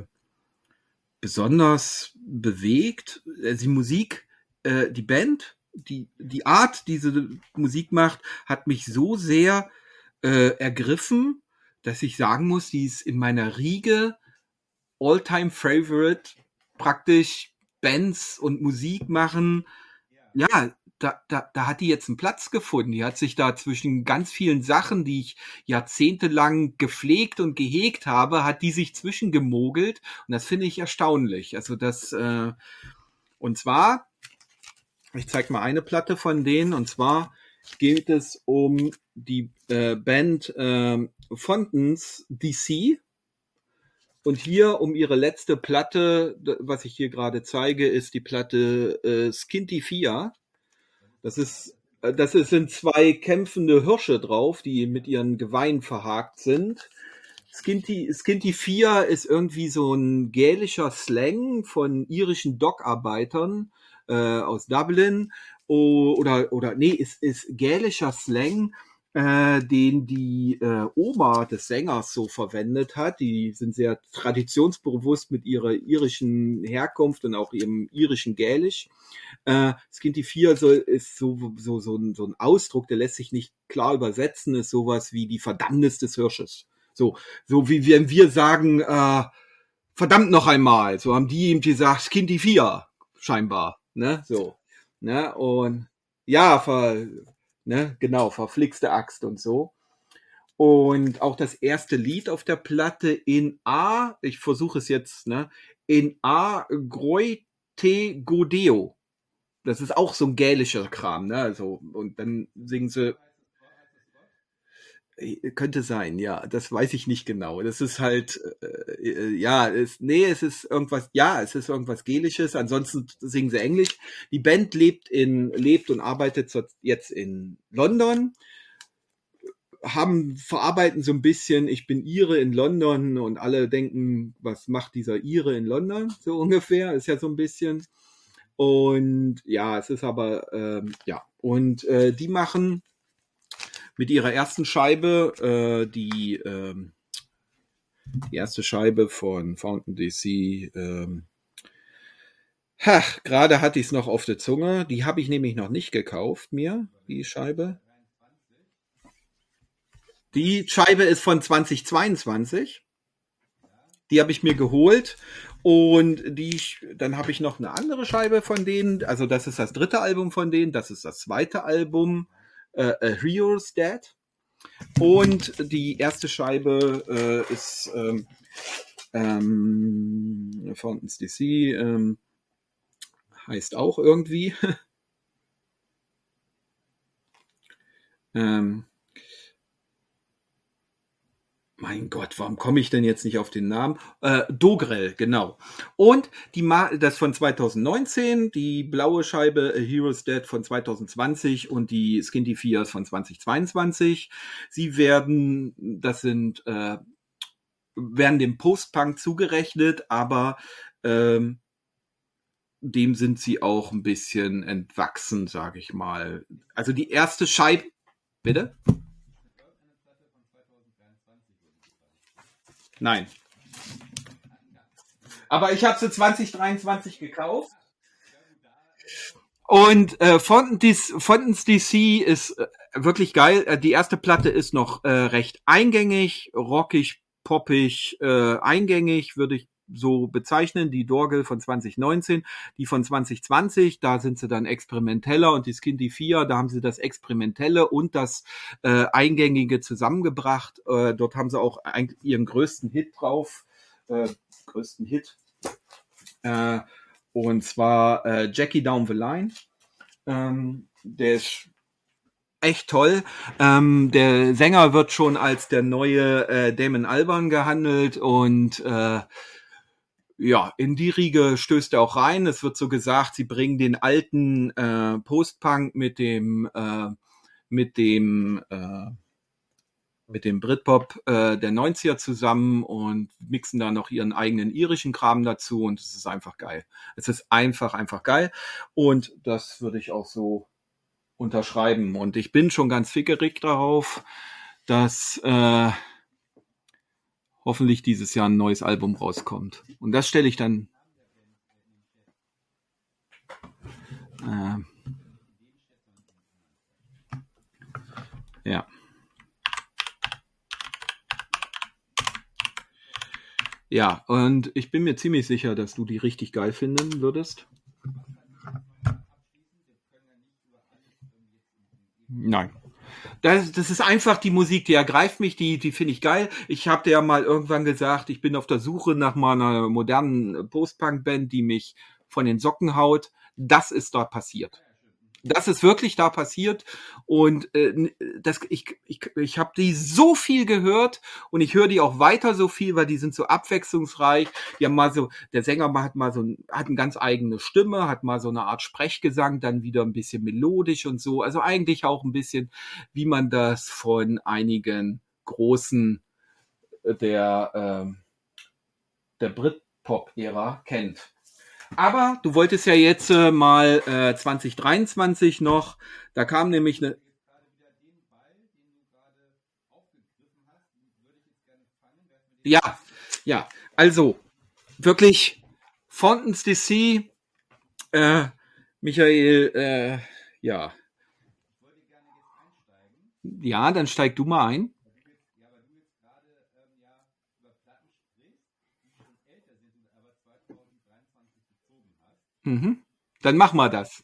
besonders bewegt. Die Musik, die Band, die Art, die diese Musik macht, hat mich so sehr ergriffen, dass ich sagen muss, die ist in meiner Riege All-Time-Favorite, praktisch Bands und Musik machen. Ja, Ja, da hat die jetzt einen Platz gefunden. Die hat sich da zwischen ganz vielen Sachen, die ich jahrzehntelang gepflegt und gehegt habe, hat die sich zwischengemogelt. Und das finde ich erstaunlich. Also und zwar, ich zeige mal eine Platte von denen, und zwar geht es um die Band Fontaine's DC. Und hier um ihre letzte Platte, was ich hier gerade zeige, ist die Platte Skinty Fia. Das sind zwei kämpfende Hirsche drauf, die mit ihren Geweihen verhakt sind. Skinty Fia ist irgendwie so ein gälischer Slang von irischen Dockarbeitern aus Dublin. Ist gälischer Slang, den die Oma des Sängers so verwendet hat. Die sind sehr traditionsbewusst mit ihrer irischen Herkunft und auch ihrem irischen Gälisch. Skinty 4 ist so ein Ausdruck, der lässt sich nicht klar übersetzen, ist sowas wie die Verdammnis des Hirsches. So wie wenn wir sagen, verdammt noch einmal, so haben die ihm gesagt, Skinty 4, scheinbar, ne, so, ne, und ja, genau, verflixte Axt und so. Und auch das erste Lied auf der Platte in A, ich versuche es jetzt, ne, in A Groite Godeo. Das ist auch so ein gälischer Kram, ne? Also, und dann singen sie. Könnte sein, ja. Das weiß ich nicht genau. Das ist halt, es ist irgendwas Gälisches. Ansonsten singen sie Englisch. Die Band lebt und arbeitet jetzt in London. Verarbeiten so ein bisschen, ich bin Ire in London und alle denken, was macht dieser Ire in London? So ungefähr, ist ja so ein bisschen. Und ja, es ist aber, Und die machen mit ihrer ersten Scheibe, die erste Scheibe von Fountain DC, gerade hatte ich es noch auf der Zunge. Die habe ich nämlich noch nicht gekauft, die Scheibe. Die Scheibe ist von 2022. Die habe ich mir geholt. Und dann habe ich noch eine andere Scheibe von denen. Also das ist das dritte Album von denen. Das ist das zweite Album. A Hero's Dead. Und die erste Scheibe ist Fountains DC, heißt auch irgendwie. Mein Gott, warum komme ich denn jetzt nicht auf den Namen? Dogrel, genau. Und das von 2019, die blaue Scheibe A Hero's Dead von 2020 und die Skinty Fears von 2022. Sie werden dem Post-Punk zugerechnet, aber dem sind sie auch ein bisschen entwachsen, sage ich mal. Also die erste Scheibe, bitte? Nein. Aber ich habe sie 2023 gekauft. Und Fountains DC ist wirklich geil. Die erste Platte ist noch recht eingängig, rockig, poppig, eingängig, würde ich so bezeichnen. Die Dorgel von 2019, die von 2020, da sind sie dann experimenteller, und die Skinty 4, da haben sie das Experimentelle und das Eingängige zusammengebracht. Dort haben sie auch ihren größten Hit drauf. Und zwar Jackie Down the Line. Der ist echt toll. Der Sänger wird schon als der neue Damon Albarn gehandelt, und ja, in die Riege stößt er auch rein. Es wird so gesagt, sie bringen den alten Post-Punk mit dem Britpop der 90er zusammen und mixen da noch ihren eigenen irischen Kram dazu, und es ist einfach geil. Es ist einfach geil, und das würde ich auch so unterschreiben. Und ich bin schon ganz fickerig darauf, dass hoffentlich dieses Jahr ein neues Album rauskommt. Und das stelle ich dann ja. Ja, und ich bin mir ziemlich sicher, dass du die richtig geil finden würdest. Nein. Das ist einfach die Musik, die ergreift mich, die finde ich geil. Ich habe dir ja mal irgendwann gesagt, ich bin auf der Suche nach meiner modernen Post-Punk-Band, die mich von den Socken haut. Das ist da passiert. Das ist wirklich da passiert, und ich habe die so viel gehört, und ich höre die auch weiter so viel, weil die sind so abwechslungsreich. Die haben mal so, der Sänger hat eine ganz eigene Stimme, hat mal so eine Art Sprechgesang, dann wieder ein bisschen melodisch und so. Also eigentlich auch ein bisschen, wie man das von einigen großen der Britpop-Ära kennt. Aber du wolltest ja jetzt mal 2023 noch, da kam nämlich eine. Ja, ja, also wirklich Fountains DC, Michael, ja. Ja, dann steig du mal ein. Mhm. Dann mach mal das.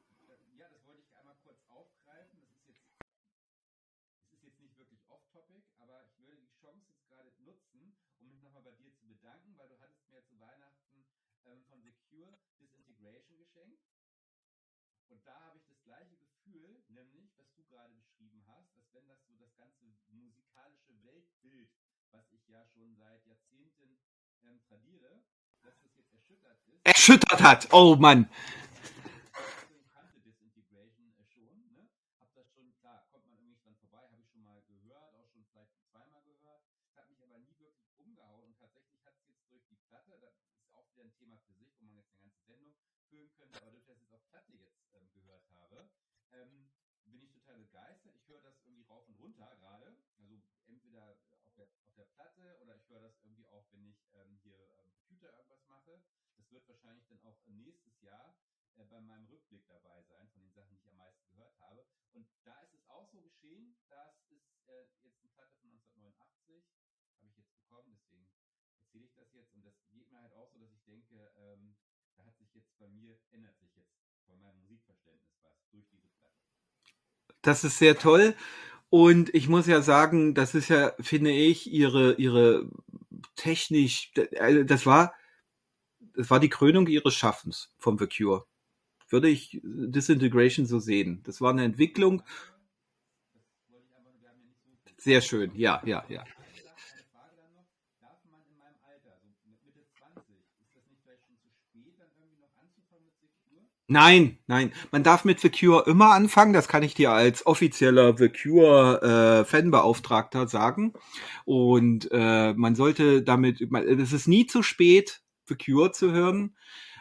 Und da habe ich das gleiche Gefühl, nämlich, was du gerade beschrieben hast, als wenn das so das ganze musikalische Weltbild, was ich ja schon seit Jahrzehnten tradiere, dass das jetzt erschüttert ist. Erschüttert hat. Oh Mann. Kannte Disintegration schon, ne? Hab das schon, klar, kommt man irgendwie dran vorbei, habe ich schon mal gehört, auch schon vielleicht zweimal gehört, hat mich aber nie wirklich umgehauen, und tatsächlich hat es jetzt durch die Platte, das ist auch wieder ein Thema für sich, wo man jetzt eine ganze Sendung füllen könnte, aber durch das ich es auf Platte jetzt gehört habe, bin ich total begeistert. Ich höre das irgendwie rauf und runter gerade, also entweder auf der Platte, oder ich höre das irgendwie auch, wenn ich hier am Computer irgendwas mache. Das wird wahrscheinlich dann auch nächstes Jahr bei meinem Rückblick dabei sein, von den Sachen, die ich am meisten gehört habe. Und da ist es auch so geschehen, dass es jetzt eine Platte von 1989 habe ich jetzt bekommen, deswegen erzähle ich das jetzt. Und das geht mir halt auch so, dass ich denke, da hat sich jetzt bei mir, ändert sich jetzt von meinem Musikverständnis was durch diese Platte. Das ist sehr toll. Und ich muss ja sagen, das ist ja, finde ich, ihre technisch, das war die Krönung ihres Schaffens vom The Cure. Würde ich Disintegration so sehen. Das war eine Entwicklung. Das wollte ich einfach, wir haben ja nicht so viel Sehr Zeit. schön, ja, ja, ja. Eine Frage dann noch, darf man in meinem Alter, so Mitte 20, ist das nicht vielleicht schon zu spät, dann irgendwie noch anzufangen mit Secure? Nein, nein. Man darf mit The Cure immer anfangen. Das kann ich dir als offizieller The Cure Fanbeauftragter sagen. Und man sollte es ist nie zu spät, The Cure zu hören.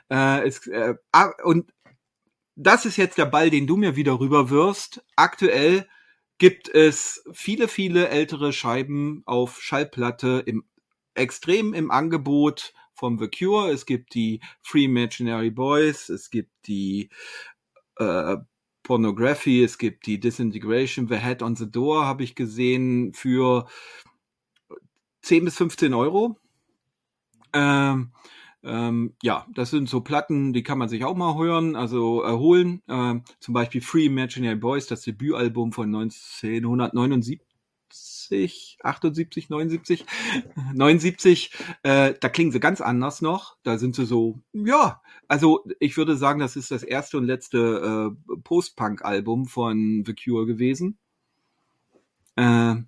Und das ist jetzt der Ball, den du mir wieder rüberwirfst. Aktuell gibt es viele, viele ältere Scheiben auf Schallplatte extrem im Angebot vom The Cure. Es gibt die Free Imaginary Boys, es gibt die Pornography, es gibt die Disintegration, The Head on the Door habe ich gesehen für 10 bis 15 Euro. Ja, das sind so Platten, die kann man sich auch mal hören, also holen. Zum Beispiel Free Imaginary Boys, das Debütalbum von 1979, 78, 79, 79. Da klingen sie ganz anders noch. Da sind sie so, ja, also ich würde sagen, das ist das erste und letzte Post-Punk-Album von The Cure gewesen. Ja,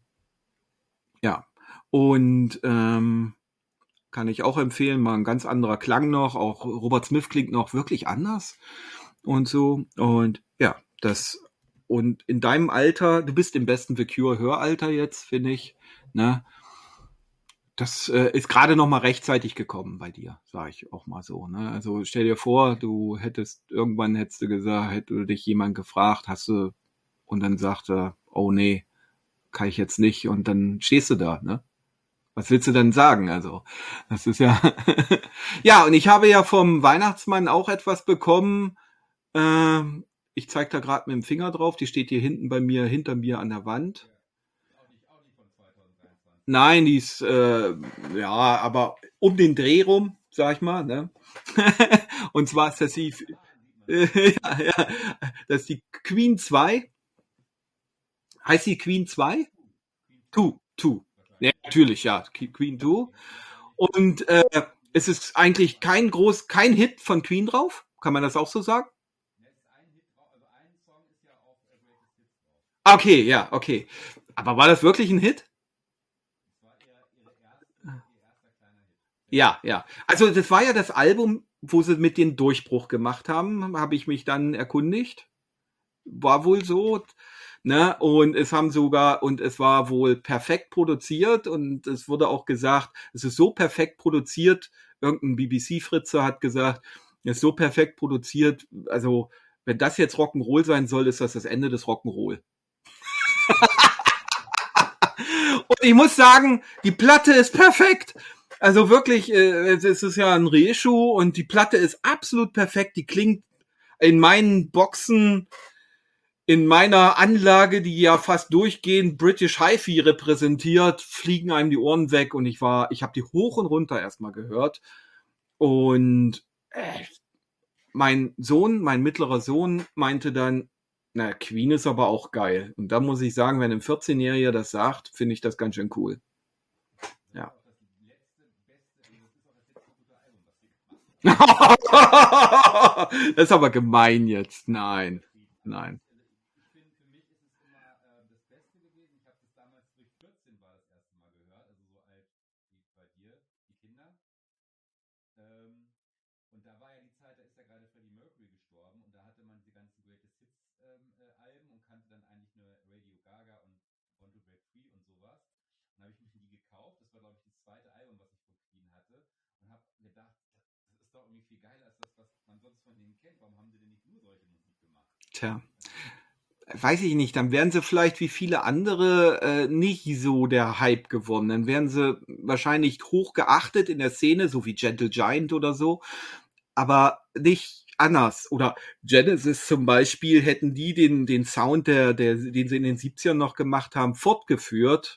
und kann ich auch empfehlen, mal ein ganz anderer Klang noch. Auch Robert Smith klingt noch wirklich anders und so. Und ja, und in deinem Alter, du bist im besten The Cure Höralter jetzt, finde ich, ne? Das ist gerade noch mal rechtzeitig gekommen bei dir, sage ich auch mal so. Ne? Also stell dir vor, irgendwann hättest du gesagt, hätte dich jemand gefragt, und dann sagt er, oh nee, kann ich jetzt nicht, und dann stehst du da, ne? Was willst du denn sagen? Also, das ist ja. Ja, und ich habe ja vom Weihnachtsmann auch etwas bekommen. Ich zeige da gerade mit dem Finger drauf. Die steht hier hinter mir an der Wand. Auch nicht von 2023. Nein, die ist, ja, aber um den Dreh rum, sag ich mal, ne? Und zwar ist das ja, ja, das ist die Queen 2. Heißt die Queen 2? Two. Ja, natürlich, ja. Queen 2. Und es ist eigentlich kein Hit von Queen drauf. Kann man das auch so sagen? Ja, ist ein Hit drauf, also ein Song ist ja auf Greatest Hits drauf. Okay, ja, okay. Aber war das wirklich ein Hit? Das war ihr erster kleiner Hit. Ja, ja. Also das war ja das Album, wo sie mit den Durchbruch gemacht haben, habe ich mich dann erkundigt. War wohl so, ne? Und es war wohl perfekt produziert, und es wurde auch gesagt, es ist so perfekt produziert. Irgendein BBC-Fritze hat gesagt, es ist so perfekt produziert. Also wenn das jetzt Rock'n'Roll sein soll, ist das Ende des Rock'n'Roll. Und ich muss sagen, die Platte ist perfekt. Also wirklich, es ist ja ein Reissue und die Platte ist absolut perfekt. Die klingt in meinen Boxen, in meiner Anlage, die ja fast durchgehend British Hi-Fi repräsentiert, fliegen einem die Ohren weg, und ich habe die hoch und runter erstmal gehört. Und mein mittlerer Sohn meinte dann, na, Queen ist aber auch geil. Und da muss ich sagen, wenn ein 14-Jähriger das sagt, finde ich das ganz schön cool. Das Ja. ist auch das letzte, beste, also das ist auch das gute Album, was sie gemacht haben. Das ist aber gemein jetzt. Nein, nein. Ich finde, für mich ist es immer das Beste gewesen. Ich habe das damals durch 14 war das erste Mal gehört, also so alt wie bei dir, die Kinder. Und da war ja die Zeit, da ist ja gerade Freddie Mercury gestorben, und da hatte man diese ganzen Greatest Hits Alben und kannte dann eigentlich nur Radio Gaga und Born to Break Free und sowas. Und dann habe ich mir die gekauft. Das war, glaube ich, das zweite Album, was ich von Queen hatte, und habe gedacht, das ist doch irgendwie viel geiler als das, was man sonst von denen kennt. Warum haben sie denn nicht nur solche Musik gemacht? Tja. Weiß ich nicht, dann wären sie vielleicht wie viele andere nicht so der Hype geworden. Dann wären sie wahrscheinlich hoch geachtet in der Szene, so wie Gentle Giant oder so, aber nicht anders. Oder Genesis zum Beispiel, hätten die den Sound, den sie in den 70ern noch gemacht haben, fortgeführt,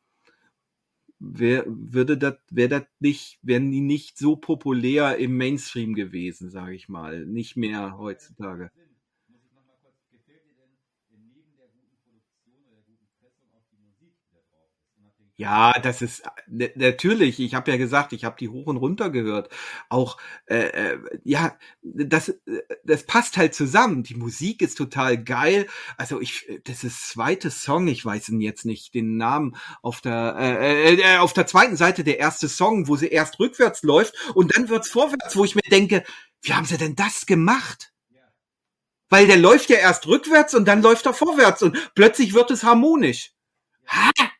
wären die nicht so populär im Mainstream gewesen, sage ich mal. Nicht mehr heutzutage. Muss ich nochmal kurz, gefällt dir denn neben der guten Produktion oder der guten Pressung auch die Musik, die da drauf ist. Unabhängig Ja, das ist natürlich. Ich habe ja gesagt, ich habe die hoch und runter gehört. Auch ja, das passt halt zusammen. Die Musik ist total geil. Also das ist zweite Song. Ich weiß jetzt nicht den Namen auf der zweiten Seite der erste Song, wo sie erst rückwärts läuft und dann wird's vorwärts, wo ich mir denke, wie haben sie denn das gemacht? ja, Weil der läuft ja erst rückwärts und dann läuft er vorwärts und plötzlich wird es harmonisch. Ha! ja,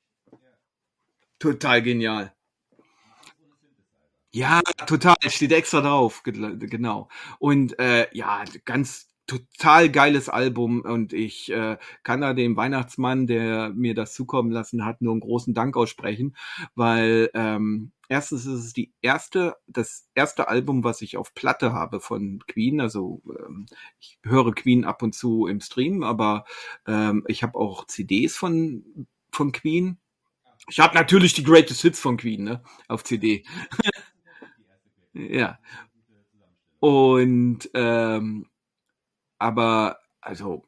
Total genial. und alles ohne Synthesizer. Ja, total. Steht extra drauf. Genau. Und ja, ganz total geiles Album. Und ich kann da dem Weihnachtsmann, der mir das zukommen lassen hat, nur einen großen Dank aussprechen, weil erstens ist es das erste Album, was ich auf Platte habe von Queen. Also ich höre Queen ab und zu im Stream, aber ich habe auch CDs von Queen. Ich habe natürlich die Greatest Hits von Queen, ne, auf CD. Das ist tatsächlich die erste Greatest Hits. Ja. Das ist eine gute Zusammenstellung. Und aber also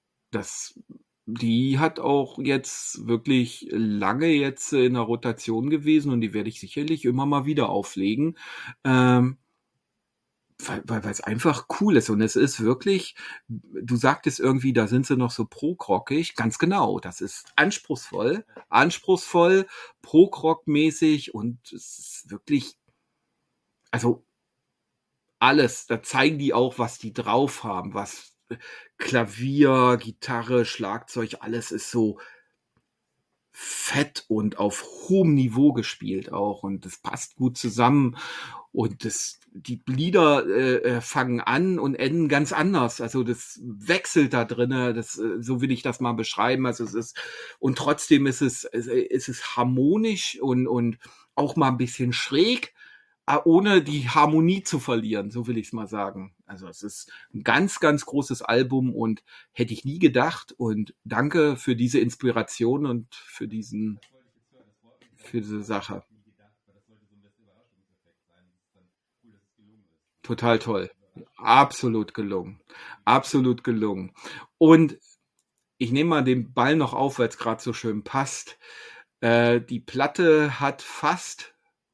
die hat auch jetzt wirklich lange jetzt in der Rotation gewesen und die werde ich sicherlich immer mal wieder auflegen, ähm, weil es einfach cool ist und es ist wirklich, du sagtest irgendwie, da sind sie noch so prog-rockig, ganz genau, das ist anspruchsvoll, prog-rock-mäßig und es ist wirklich, also alles, da zeigen die auch, was die drauf haben, was Klavier, Gitarre, Schlagzeug, alles ist so fett und auf hohem Niveau gespielt auch und das passt gut zusammen und die Lieder fangen an und enden ganz anders, also das wechselt da drinne, so will ich das mal beschreiben, also es ist und trotzdem ist es harmonisch und auch mal ein bisschen schräg, ohne die Harmonie zu verlieren, so will ich es mal sagen. Also es ist ein ganz, ganz großes Album und hätte ich nie gedacht. Und danke für diese Inspiration und für Das wollte ich jetzt hören, das Wort mit für diese Sache. habe ich nie gedacht, weil das sollte so ein bisschen Überraschungseffekt sein. Das ist dann cool, dass es gelungen ist. Total toll. Überrascht. Absolut gelungen. Absolut gelungen. Und ich nehme mal den Ball noch auf, weil es gerade so schön passt. Die Platte hat fast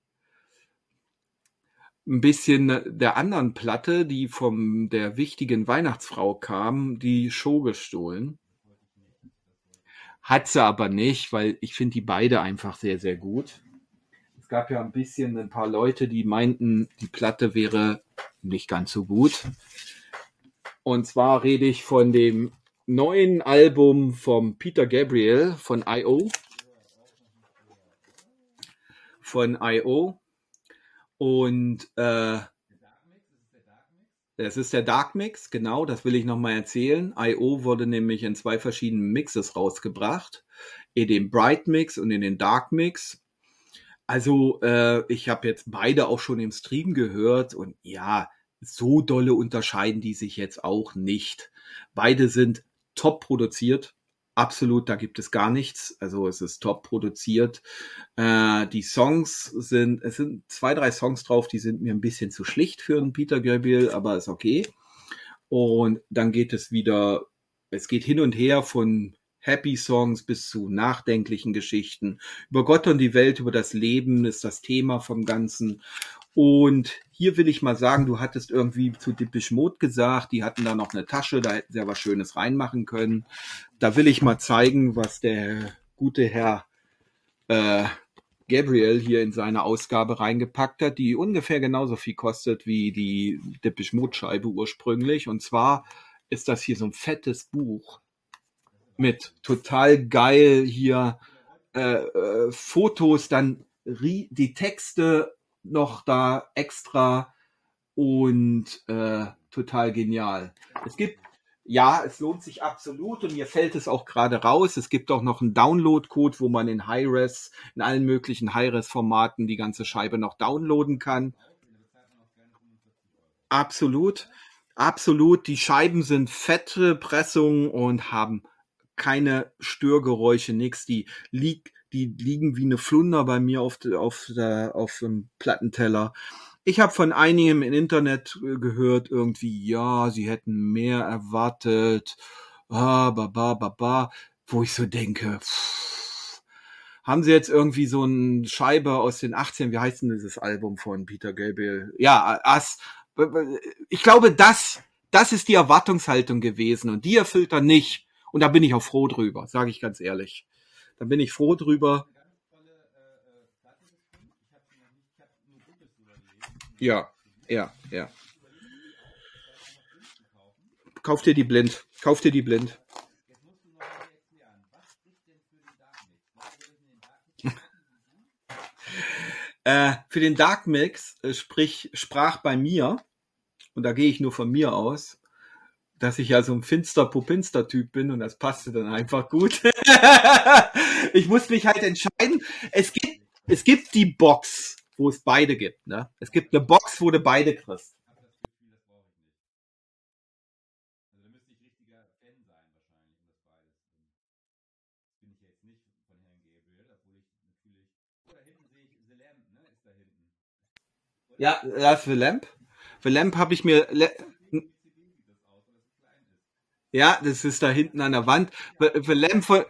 ein bisschen der anderen Platte, die von der wichtigen Weihnachtsfrau kam, die Show gestohlen. Das wollte ich nicht. Hat sie aber nicht, weil ich finde die beide einfach sehr, sehr gut. Es gab ja ein paar Leute, die meinten, die Platte wäre nicht ganz so gut. Und zwar rede ich von dem neuen Album von Peter Gabriel von I.O. Von I.O. Und Der Dark Mix, ist es der Dark Mix? es ist der Dark Mix, genau, das will ich nochmal erzählen. I.O. wurde nämlich in 2 verschiedenen Mixes rausgebracht. In den Bright Mix und in den Dark Mix. Also, ich habe jetzt beide auch schon im Stream gehört und ja, so dolle unterscheiden die sich jetzt auch nicht. Beide sind top produziert. Absolut, da gibt es gar nichts. Also es ist top produziert. Die es sind 2, 3 Songs drauf, die sind mir ein bisschen zu schlicht für einen Peter Gabriel, aber ist okay. Und dann es geht hin und her von Happy Songs bis zu nachdenklichen Geschichten. Über Gott und die Welt, über das Leben ist das Thema vom Ganzen. Und hier will ich mal sagen, du hattest irgendwie zu Depeche Mode gesagt, die hatten da noch eine Tasche, da hätten sie ja was Schönes reinmachen können. Da will ich mal zeigen, was der gute Herr Gabriel hier in seine Ausgabe reingepackt hat, die ungefähr genauso viel kostet wie die Depeche Mode Scheibe ursprünglich. Und zwar ist das hier so ein fettes Buch mit total geil hier Fotos, dann die Texte noch da extra und total genial. Es lohnt sich absolut und mir fällt es auch gerade raus. Es gibt auch noch einen Download-Code, wo man in in allen möglichen Hi-Res-Formaten die ganze Scheibe noch downloaden kann. Absolut, absolut. Die Scheiben sind fette Pressungen und haben keine Störgeräusche, nix. Die liegen wie eine Flunder bei mir auf dem Plattenteller. Ich habe von einigen im Internet gehört, irgendwie, ja, sie hätten mehr erwartet, ba, ba, ba, ba, ba. wo ich so denke, haben sie jetzt irgendwie so eine Scheibe aus den 80ern, wie heißt denn dieses Album von Peter Gabriel? Ja, ich glaube, das ist die Erwartungshaltung gewesen und die erfüllt er nicht. Und da bin ich auch froh drüber, sage ich ganz ehrlich. Da bin ich froh drüber. Ja. Kauf dir die blind. Für den Dark Mix sprach bei mir, und da gehe ich nur von mir aus, dass ich ja so ein Finster-Popinster-Typ bin und das passte dann einfach gut. Ich muss mich halt entscheiden. Es gibt die Box, wo es beide gibt. Ne? Es gibt eine Box, wo du beide kriegst. Ja, das ist The Lamp. The Lamp habe ich mir... Ja, das ist da hinten an der Wand. The Lamp von...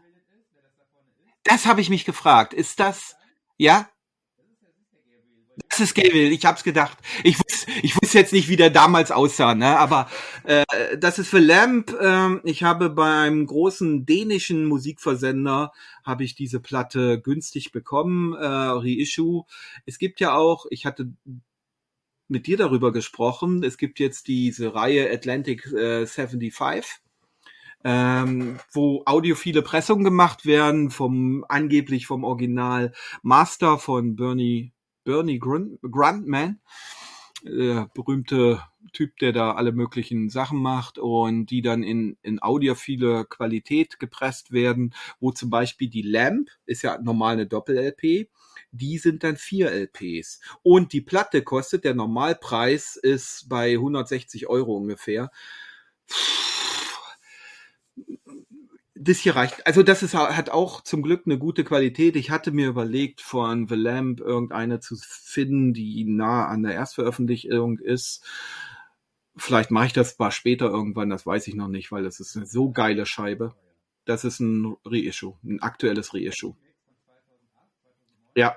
Das habe ich mich gefragt. Ist das... Ja? Das ist Gabriel, ich hab's gedacht. Ich wusste jetzt nicht, wie der damals aussah, ne? Aber das ist The Lamp. Ich habe beim großen dänischen Musikversender habe ich diese Platte günstig bekommen, Reissue. Es gibt ja auch, ich hatte mit dir darüber gesprochen, es gibt jetzt diese Reihe Atlantic 75. Wo audiophile Pressungen gemacht werden, angeblich vom Original Master von Bernie Grundman, berühmte Typ, der da alle möglichen Sachen macht und die dann in audiophile Qualität gepresst werden, wo zum Beispiel die Lamp, ist ja normal eine Doppel-LP, die sind dann 4 LPs. Und die Platte kostet, der Normalpreis ist bei 160 Euro ungefähr. Das hier reicht. Also das hat auch zum Glück eine gute Qualität. Ich hatte mir überlegt, von The Lamp irgendeine zu finden, die nah an der Erstveröffentlichung ist. Vielleicht mache ich das mal später irgendwann, das weiß ich noch nicht, weil das ist eine so geile Scheibe. Das ist ein Reissue, ein aktuelles Reissue. Ja.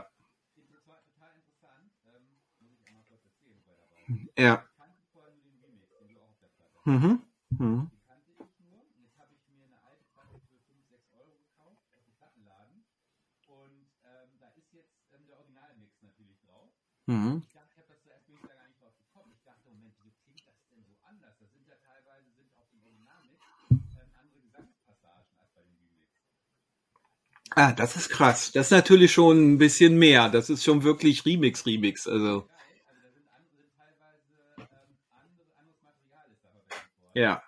Ja. Mhm. Mhm. Ah, das ist krass. Das ist natürlich schon ein bisschen mehr. Das ist schon wirklich Remix. Also. Ja.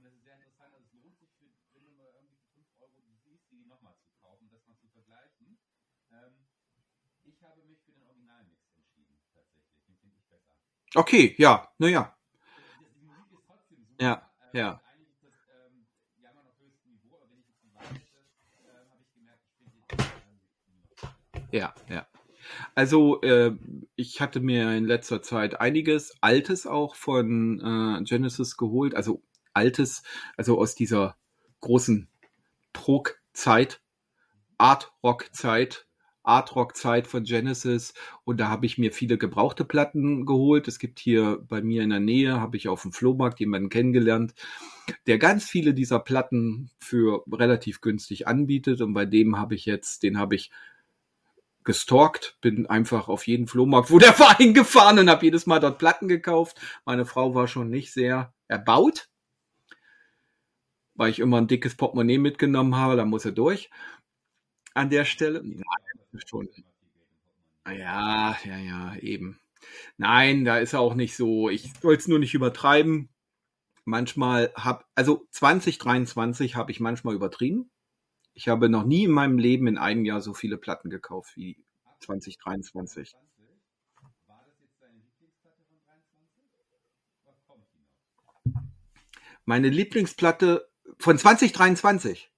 Okay, ja, naja. Ja. Ja. Also ich hatte mir in letzter Zeit einiges Altes auch von Genesis geholt. Also Altes, also aus dieser großen Prog-Zeit, Art-Rock-Zeit von Genesis. Und da habe ich mir viele gebrauchte Platten geholt. Es gibt hier bei mir in der Nähe, habe ich auf dem Flohmarkt jemanden kennengelernt, der ganz viele dieser Platten für relativ günstig anbietet. Und bei dem habe ich gestalkt, bin einfach auf jeden Flohmarkt, wo der war, hingefahren und habe jedes Mal dort Platten gekauft. Meine Frau war schon nicht sehr erbaut, weil ich immer ein dickes Portemonnaie mitgenommen habe, da muss er durch. An der Stelle. Ja, eben. Nein, da ist er auch nicht so. Ich soll es nur nicht übertreiben. Manchmal 2023 habe ich manchmal übertrieben. Ich habe noch nie in meinem Leben in einem Jahr so viele Platten gekauft wie 2023. Meine Lieblingsplatte von 2023.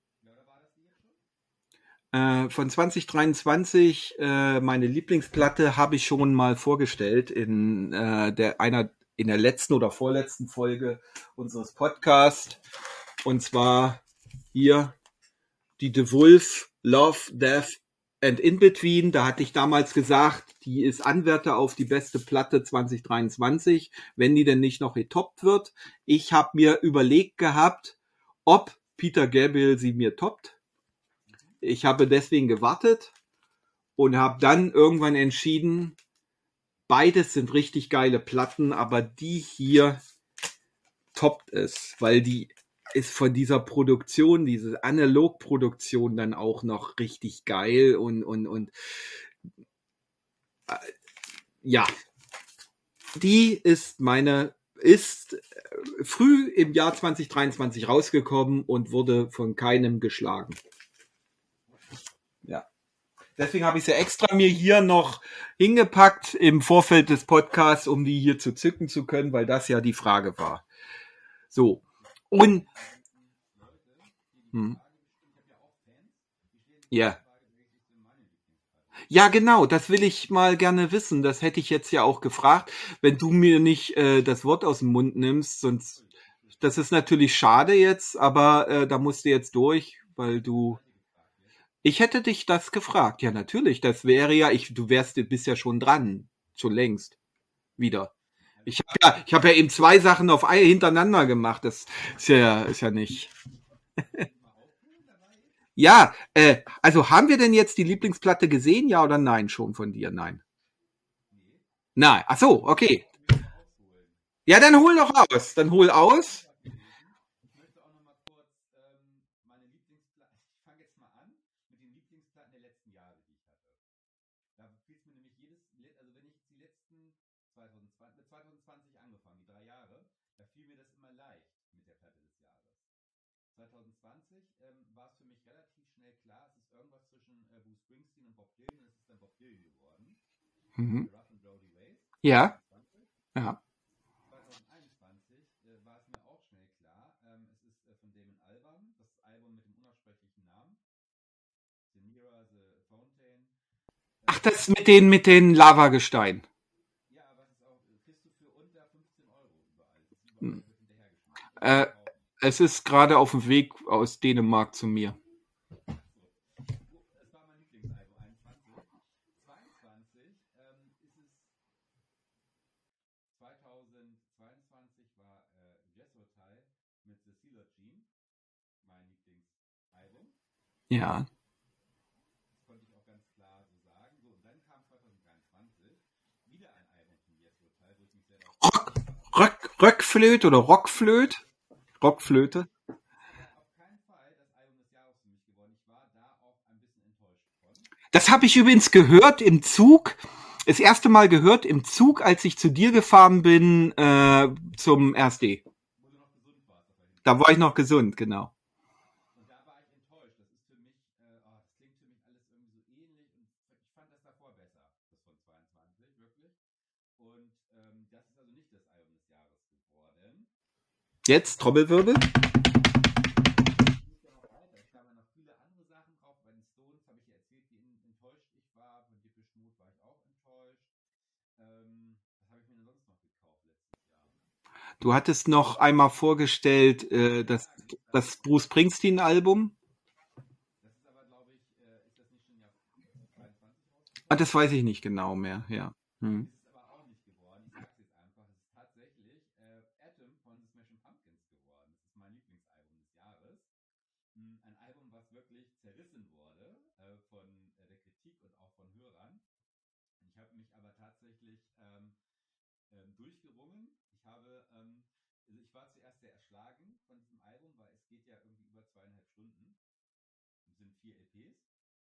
Von 2023, meine Lieblingsplatte habe ich schon mal vorgestellt in der letzten oder vorletzten Folge unseres Podcasts. Und zwar hier die The Wolf, Love, Death and In Between. Da hatte ich damals gesagt, die ist Anwärter auf die beste Platte 2023, wenn die denn nicht noch getoppt wird. Ich habe mir überlegt gehabt, ob Peter Gabriel sie mir toppt. Ich habe deswegen gewartet und habe dann irgendwann entschieden, beides sind richtig geile Platten, aber die hier toppt es, weil die ist von dieser Produktion, diese Analogproduktion dann auch noch richtig geil und ja, die ist früh im Jahr 2023 rausgekommen und wurde von keinem geschlagen. Ja. Deswegen habe ich sie extra mir hier noch hingepackt im Vorfeld des Podcasts, um die hier zu zücken zu können, weil das ja die Frage war. So. Und ja. Ja, genau, das will ich mal gerne wissen. Das hätte ich jetzt ja auch gefragt, wenn du mir nicht das Wort aus dem Mund nimmst, sonst das ist natürlich schade jetzt, aber da musst du jetzt durch, weil du ich hätte dich das gefragt. Ja, natürlich, das wäre ja du bist ja schon dran, schon längst wieder. Ich habe ja eben zwei Sachen auf Eier hintereinander gemacht. Das ist ja nicht. Ja, also haben wir denn jetzt die Lieblingsplatte gesehen, ja oder nein schon von dir? Nein. Nein. Ach so, okay. Ja, dann hol doch aus. Dann hol aus. Ich möchte auch noch mal kurz meine Lieblingsplatten. Ich fange jetzt mal an mit den Lieblingsplatten der letzten Jahre, die ich hatte. Da fiel es mir nämlich also wenn ich die letzten 2020, mit 2020 angefangen, die 3 Jahre, da fiel mir das immer leicht mit der Platte des Jahres. 2020 war es für mich relativ schnell klar, es ist irgendwas zwischen Bruce Springsteen und Bob Dylan und es ist dann Bob Dylan geworden. Mhm. Rough and Rowdy Ways. Ja. 2020. Ja. 2021 war es mir auch schnell klar. Es ist von Damon Albarn, das Album mit dem unaussprechlichen Namen. The Nearer the Fountain. Ach, das mit den Lavagesteinen. Ja, aber es ist auch, kriegst du für unter 15 Euro überall. Es ist überall, Hm. wird hinterhergeschmissen. Äh, es ist gerade auf dem Weg aus Dänemark zu mir. Es war mein Lieblingsalbum 21. 22 ist es 2022 war Jethro Tull mit The Sealer Gene mein Lieblingsalbum. Ja. Das konnte ich auch ganz klar so sagen. So, und dann kam 2023 wieder ein Album von Jethro Tull, wo ich mich sehr darauf Röckflöte oder Rockflöte? Rockflöte. auf keinen Fall das Album des Jahres für mich geworden. Ich war da auch ein bisschen enttäuscht von. Das habe ich übrigens gehört im Zug. Das erste Mal gehört im Zug, als ich zu dir gefahren bin zum RSD. Wo du noch gesund warst. Da war ich noch gesund, genau. Und da war ich enttäuscht. Das ist für mich, das klingt für mich alles irgendwie so ähnlich. Und ich fand das davor besser, das von 22, wirklich. Und das ist also nicht das Album des Jahres geworden. Jetzt Trommelwirbel. Es kamen noch viele andere Sachen drauf. Bei den Stones habe ich ja erzählt, wie enttäuscht ich war. Von Depeche Mode war ich auch enttäuscht. Was habe ich mir denn sonst noch gekauft letztes Jahr? Du hattest noch einmal vorgestellt das Bruce Springsteen-Album. Das ist aber, glaube ich, ist das nicht schon im Jahr 22 rausgekommen? Ah, das weiß ich nicht genau mehr, ja. Hm. Ist es aber auch nicht geworden. Ich sag's jetzt einfach. Es ist tatsächlich Atom von The Smashing Pumpkins geworden. Das ist mein Lieblingsalbum des Jahres. Ein Album, was wirklich zerrissen wurde von der Kritik und auch von Hörern. Ich habe mich aber tatsächlich durchgerungen. Ich war zuerst sehr erschlagen von diesem Album, weil es geht ja irgendwie über 2,5 Stunden. Es sind 4 LPs.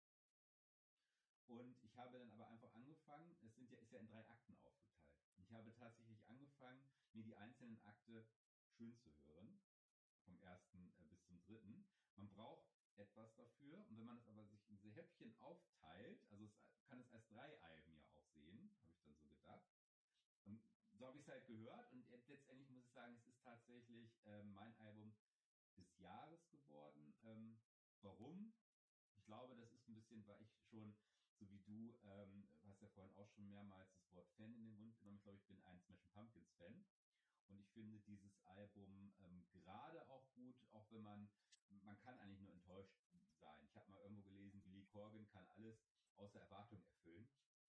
Und ich habe dann aber einfach angefangen, ist ja in 3 Akten aufgeteilt. Und ich habe tatsächlich angefangen, mir die einzelnen Akte schön zu hören. Vom ersten bis zum dritten. Man braucht etwas dafür. Und wenn man es aber sich in diese Häppchen aufteilt, also kann es als 3 Alben ja auch sehen, habe ich dann so gedacht. Und so habe ich es halt gehört. Und letztendlich muss ich sagen, es ist tatsächlich mein Album des Jahres geworden. Warum? Ich glaube, das ist ein bisschen, weil ich schon, so wie du, hast ja vorhin auch schon mehrmals das Wort Fan in den Mund genommen. Ich glaube, ich bin ein Smashing Pumpkins Fan. Und ich finde dieses Album gerade auch gut, auch wenn man kann eigentlich nur enttäuscht sein. Corgan kann alles außer Erwartung erfüllen.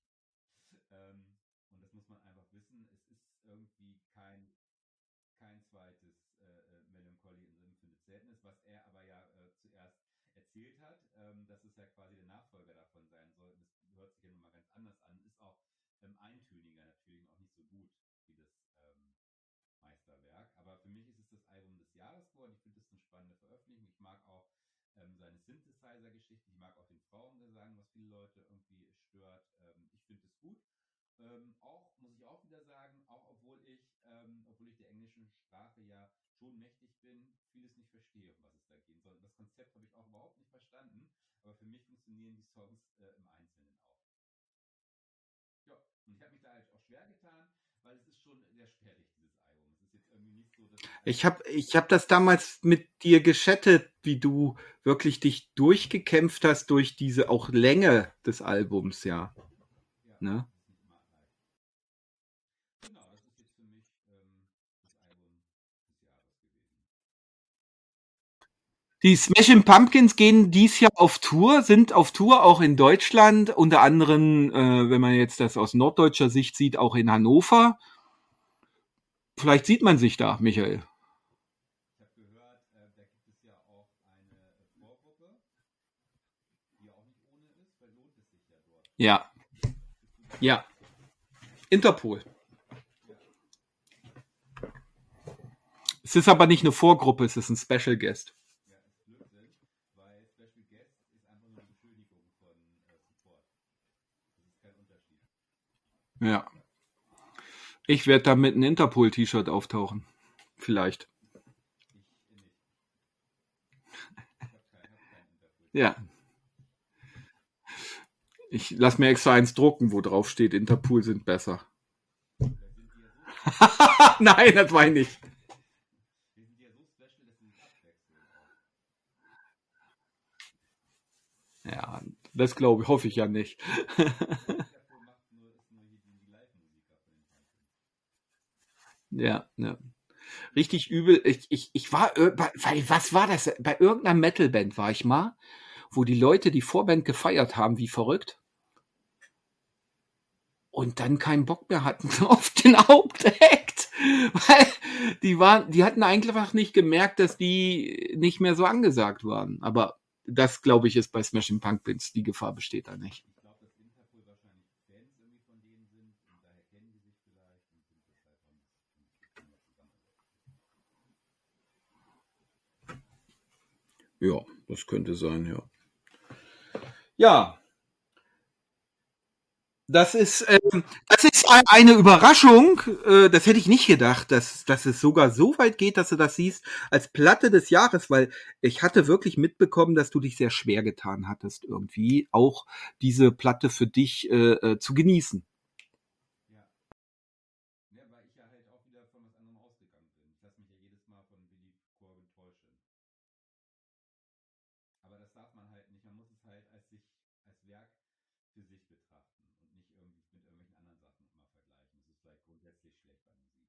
Und das muss man einfach wissen. Es ist irgendwie kein zweites Melancholy in Infinite Sadness, was er aber ja zuerst erzählt hat, dass es ja quasi der Nachfolger davon sein soll. Und das hört sich ja nun mal ganz anders an. Ist auch eintöniger natürlich und auch nicht so gut wie das Meisterwerk. Aber für mich ist es das Album des Jahres geworden. Ich finde es eine spannende Veröffentlichung. Ich mag auch seine Synthesizer-Geschichte. Ich mag auch den Frauengesang, was viele Leute irgendwie stört. Ich finde es gut. Auch, muss ich auch wieder sagen, auch obwohl ich der englischen Sprache ja schon mächtig bin, vieles nicht verstehe, um was es da gehen soll. Das Konzept habe ich auch überhaupt nicht verstanden, aber für mich funktionieren die Songs im Einzelnen auch. Ja, und ich habe mich da halt auch schwer getan, weil es ist schon sehr sperrig, dieses Album. Es ist jetzt irgendwie nicht so, dass Ich hab das damals mit dir geschattet, wie du wirklich dich durchgekämpft hast durch diese auch Länge des Albums, ja. ja, Ne? das ist nicht immer leicht. Genau, das ist jetzt für mich das Album des Jahres gewesen. Die Smashing Pumpkins gehen dies Jahr auf Tour, sind auf Tour auch in Deutschland, unter anderem, wenn man jetzt das aus norddeutscher Sicht sieht, auch in Hannover. Vielleicht sieht man sich da, Michael. Ich habe gehört, da gibt es ja auch eine Vorgruppe, die ja auch nicht ohne ist, weil lohnt es sich ja dort. Ja, Bist du da? ja. Interpol. Ja. Es ist aber nicht eine Vorgruppe, es ist ein Special Guest. Ja, ist Blödsinn, weil Special Guest ist einfach nur eine Beschönigung von Support. Das ist kein Unterschied. Ja. Ich werde da mit einem Interpol-T-Shirt auftauchen. Vielleicht. Ich nicht. Ich habe keinen Interpol. Ja. Ich lasse mir extra eins drucken, wo drauf steht, Interpol sind besser. Vielleicht sind die ja so, Nein, das war ich nicht. wir sind ja so special, dass sie sich abwechseln auch. Ja, das glaube ich, hoffe ich ja nicht. Interpol ist nur die Live-Musiker von den Pumpkins. Ja, ja. Richtig übel. Ich war, was war das? Bei irgendeiner Metalband war ich mal, wo die Leute die Vorband gefeiert haben, wie verrückt. Und dann keinen Bock mehr hatten auf den Hauptakt. Weil die hatten einfach nicht gemerkt, dass die nicht mehr so angesagt waren. Aber das, glaube ich, ist bei Smashing Pumpkins. Die Gefahr besteht da nicht. Ich glaube, dass Interpol wahrscheinlich Fans irgendwie von denen sind und daher kennen die sich vielleicht und sind deshalb haben zusammenarbeiten. Ja, das könnte sein, ja. Ja. Das ist eine Überraschung. Das hätte ich nicht gedacht, dass es sogar so weit geht, dass du das siehst als Platte des Jahres, weil ich hatte wirklich mitbekommen, dass du dich sehr schwer getan hattest, irgendwie auch diese Platte für dich zu genießen. Ja. Ja, weil ich ja halt auch wieder von was anderem ausgegangen bin. Ich lasse mich ja jedes Mal von Billy Corgan täuschen. Aber das darf man halt nicht. Man muss es halt als Werk für sich betrachten und nicht irgendwie mit irgendwelchen anderen Sachen immer vergleichen. Das ist halt grundsätzlich schlecht bei Musik.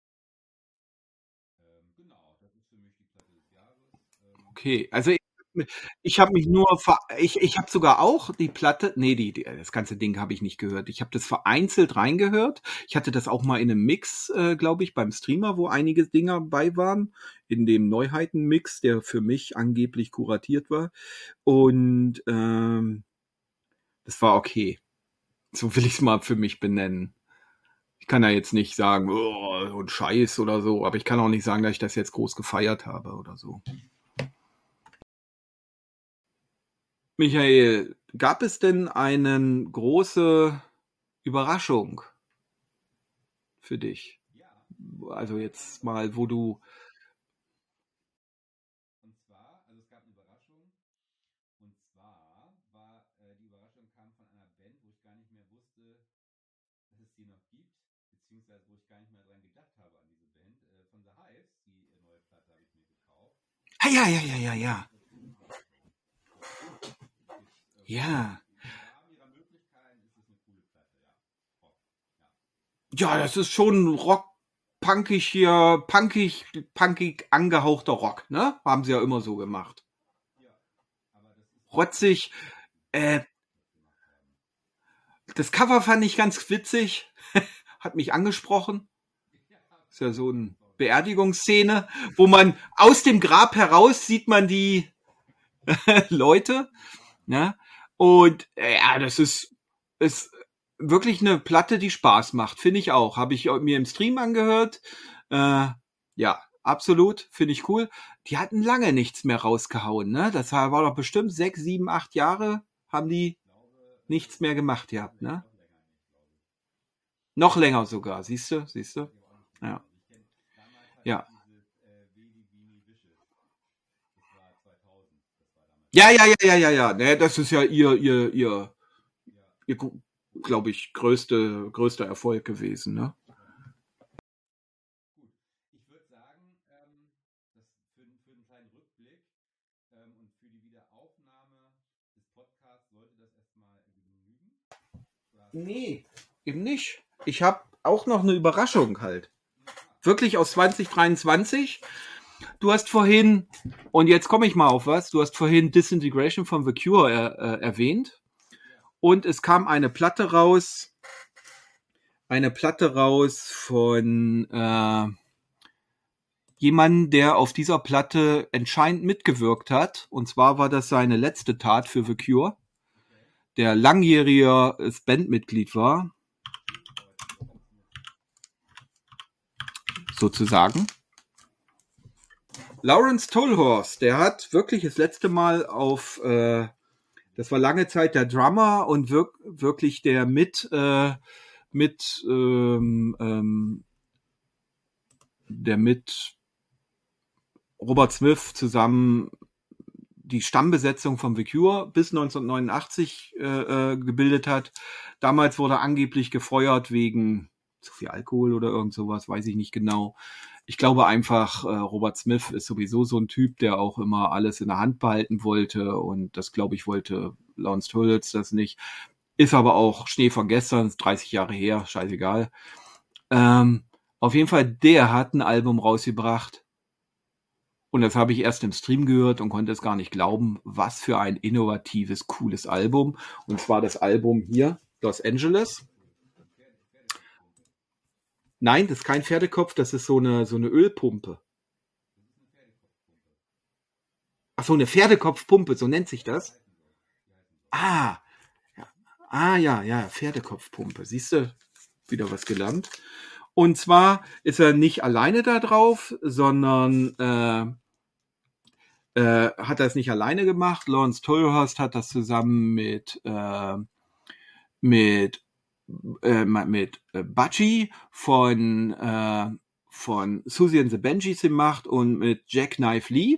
Genau, das ist für mich die Platte des Jahres. Okay, also ich habe mich nur, ich habe sogar auch die Platte, nee, das ganze Ding habe ich nicht gehört. Ich habe das vereinzelt reingehört. Ich hatte das auch mal in einem Mix, glaube ich, beim Streamer, wo einige Dinger bei waren, in dem Neuheiten-Mix, der für mich angeblich kuratiert war. Und das war okay. So will ich es mal für mich benennen. Ich kann ja jetzt nicht sagen, oh, und Scheiß oder so, aber ich kann auch nicht sagen, dass ich das jetzt groß gefeiert habe oder so. Michael, gab es denn eine große Überraschung für dich? Ja. Also jetzt mal, wo du... Und zwar, also es gab eine Überraschung. Und zwar war die Überraschung kam von einer Band, wo ich gar nicht mehr wusste, dass es die noch gibt, beziehungsweise wo ich gar nicht mehr dran gedacht habe an diese Band. Von The Hives, die neue Platte habe ich mir gekauft. Ah, ja. Ja. Im Rahmen ihrer Möglichkeiten ist es eine coole Platte, ja. Rock, ja. Ja, das ist schon Rock, punkig angehauchter Rock, ne? Haben sie ja immer so gemacht. Ja, aber das ist Rotzig, Äh, Das Cover fand ich ganz witzig. Hat mich angesprochen. Ist ja so eine Beerdigungsszene, wo man aus dem Grab heraus sieht man die Leute. Ne? Und ja, das ist wirklich eine Platte, die Spaß macht, finde ich auch. Habe ich mir im Stream angehört. Ja, absolut, finde ich cool. Die hatten lange nichts mehr rausgehauen, ne? Das war doch bestimmt 6, 7, 8 Jahre haben die nichts mehr gemacht gehabt, ne? Noch länger sogar, siehst du? Ja. Ja. Ja. Ne, das ist ja ihr glaube ich, größter Erfolg gewesen, ne? Gut, ich würde sagen, das für einen kleinen Rückblick und für die Wiederaufnahme des Podcasts sollte das erstmal genügen. Nee, eben nicht. Ich habe auch noch eine Überraschung halt. Wirklich aus 2023. Du hast vorhin, und jetzt komme ich mal auf was, du hast vorhin Disintegration von The Cure erwähnt. Und es kam eine Platte raus von jemandem, der auf dieser Platte anscheinend mitgewirkt hat. Und zwar war das seine letzte Tat für The Cure, der langjähriges Bandmitglied war, sozusagen. Lawrence Tolhurst, der hat wirklich das letzte Mal das war lange Zeit der Drummer und wirklich der mit Robert Smith zusammen die Stammbesetzung von The Cure bis 1989 gebildet hat. Damals wurde er angeblich gefeuert wegen zu viel Alkohol oder irgend sowas, weiß ich nicht genau. Ich glaube einfach, Robert Smith ist sowieso so ein Typ, der auch immer alles in der Hand behalten wollte und das, glaube ich, wollte Lawrence Tolhurst das nicht. Ist aber auch Schnee von gestern, ist 30 Jahre her, scheißegal. Auf jeden Fall, der hat ein Album rausgebracht und das habe ich erst im Stream gehört und konnte es gar nicht glauben, was für ein innovatives, cooles Album. Und zwar das Album hier, Los Angeles. Nein, das ist kein Pferdekopf, das ist so eine Ölpumpe. Ach so, eine Pferdekopfpumpe, so nennt sich das. Ah, ja, Pferdekopfpumpe. Siehst du, wieder was gelernt. Und zwar ist er nicht alleine da drauf, sondern hat er es nicht alleine gemacht. Lawrence Tolhurst hat das zusammen mit Butchie von Susie and the Banshees gemacht und mit Jackknife Lee,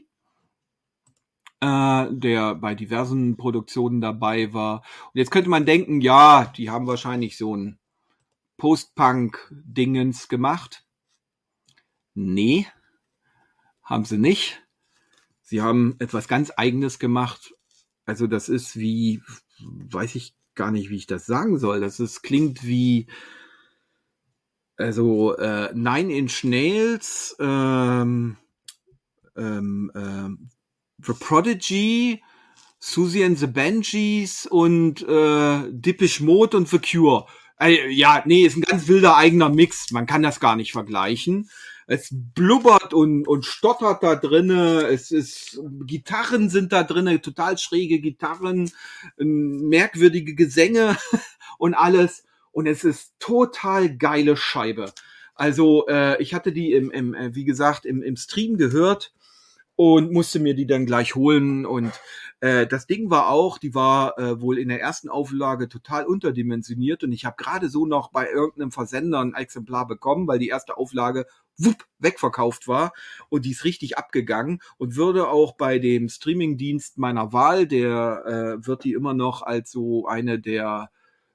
der bei diversen Produktionen dabei war. Und jetzt könnte man denken, ja, die haben wahrscheinlich so ein Post-Punk-Dingens gemacht. Nee, haben sie nicht. Sie haben etwas ganz Eigenes gemacht. Also das ist wie, weiß ich gar nicht, wie ich das sagen soll. Klingt wie, also Nine Inch Nails, The Prodigy, Susie and the Banshees und Depeche Mode und The Cure. Ja, nee, ist ein ganz wilder eigener Mix. Man kann das gar nicht vergleichen. Es blubbert und stottert da drinne. Gitarren sind da drinne, total schräge Gitarren, merkwürdige Gesänge und alles. Und es ist total geile Scheibe. Also ich hatte die wie gesagt, im Stream gehört und musste mir die dann gleich holen. Und das Ding war auch, die war wohl in der ersten Auflage total unterdimensioniert und ich habe gerade so noch bei irgendeinem Versender ein Exemplar bekommen, weil die erste Auflage wegverkauft war und die ist richtig abgegangen und würde auch bei dem Streamingdienst meiner Wahl, der wird die immer noch als so eine der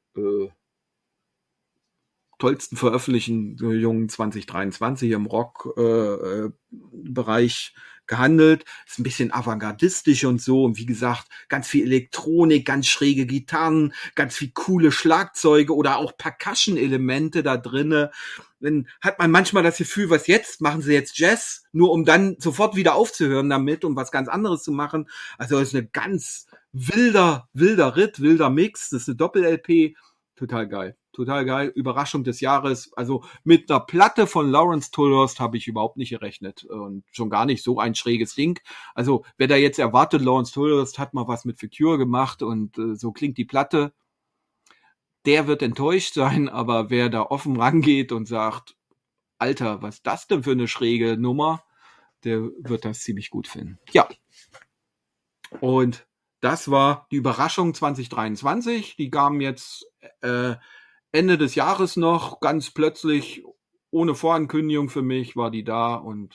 tollsten Veröffentlichungen 2023 im Rock-Bereich gehandelt. Ist ein bisschen avantgardistisch und so. Und wie gesagt, ganz viel Elektronik, ganz schräge Gitarren, ganz viel coole Schlagzeuge oder auch Percussion-Elemente da drinne. Dann hat man manchmal das Gefühl, was jetzt? Machen sie jetzt Jazz? Nur um dann sofort wieder aufzuhören damit und was ganz anderes zu machen. Also das ist eine ganz wilder Ritt, wilder Mix. Das ist eine Doppel-LP. Total geil. Total geil. Überraschung des Jahres. Also mit einer Platte von Lawrence Tolhurst habe ich überhaupt nicht gerechnet. Und schon gar nicht so ein schräges Ding. Also wer da jetzt erwartet, Lawrence Tolhurst hat mal was mit The Cure gemacht und so klingt die Platte, der wird enttäuscht sein. Aber wer da offen rangeht und sagt, Alter, was ist das denn für eine schräge Nummer, der wird das ziemlich gut finden. Ja. Und das war die Überraschung 2023. Die kamen jetzt Ende des Jahres noch, ganz plötzlich, ohne Vorankündigung für mich, war die da und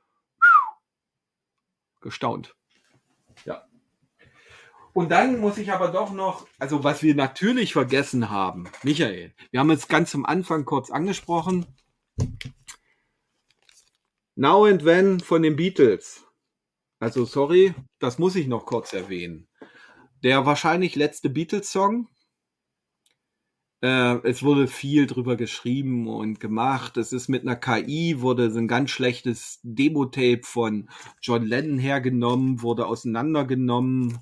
gestaunt. Ja. Und dann muss ich aber doch noch, also was wir natürlich vergessen haben, Michael, wir haben es ganz zum Anfang kurz angesprochen, Now and Then von den Beatles. Also sorry, das muss ich noch kurz erwähnen. Der wahrscheinlich letzte Beatles-Song. Es wurde viel drüber geschrieben und gemacht. Es ist mit einer KI, wurde so ein ganz schlechtes Demo-Tape von John Lennon hergenommen, wurde auseinandergenommen,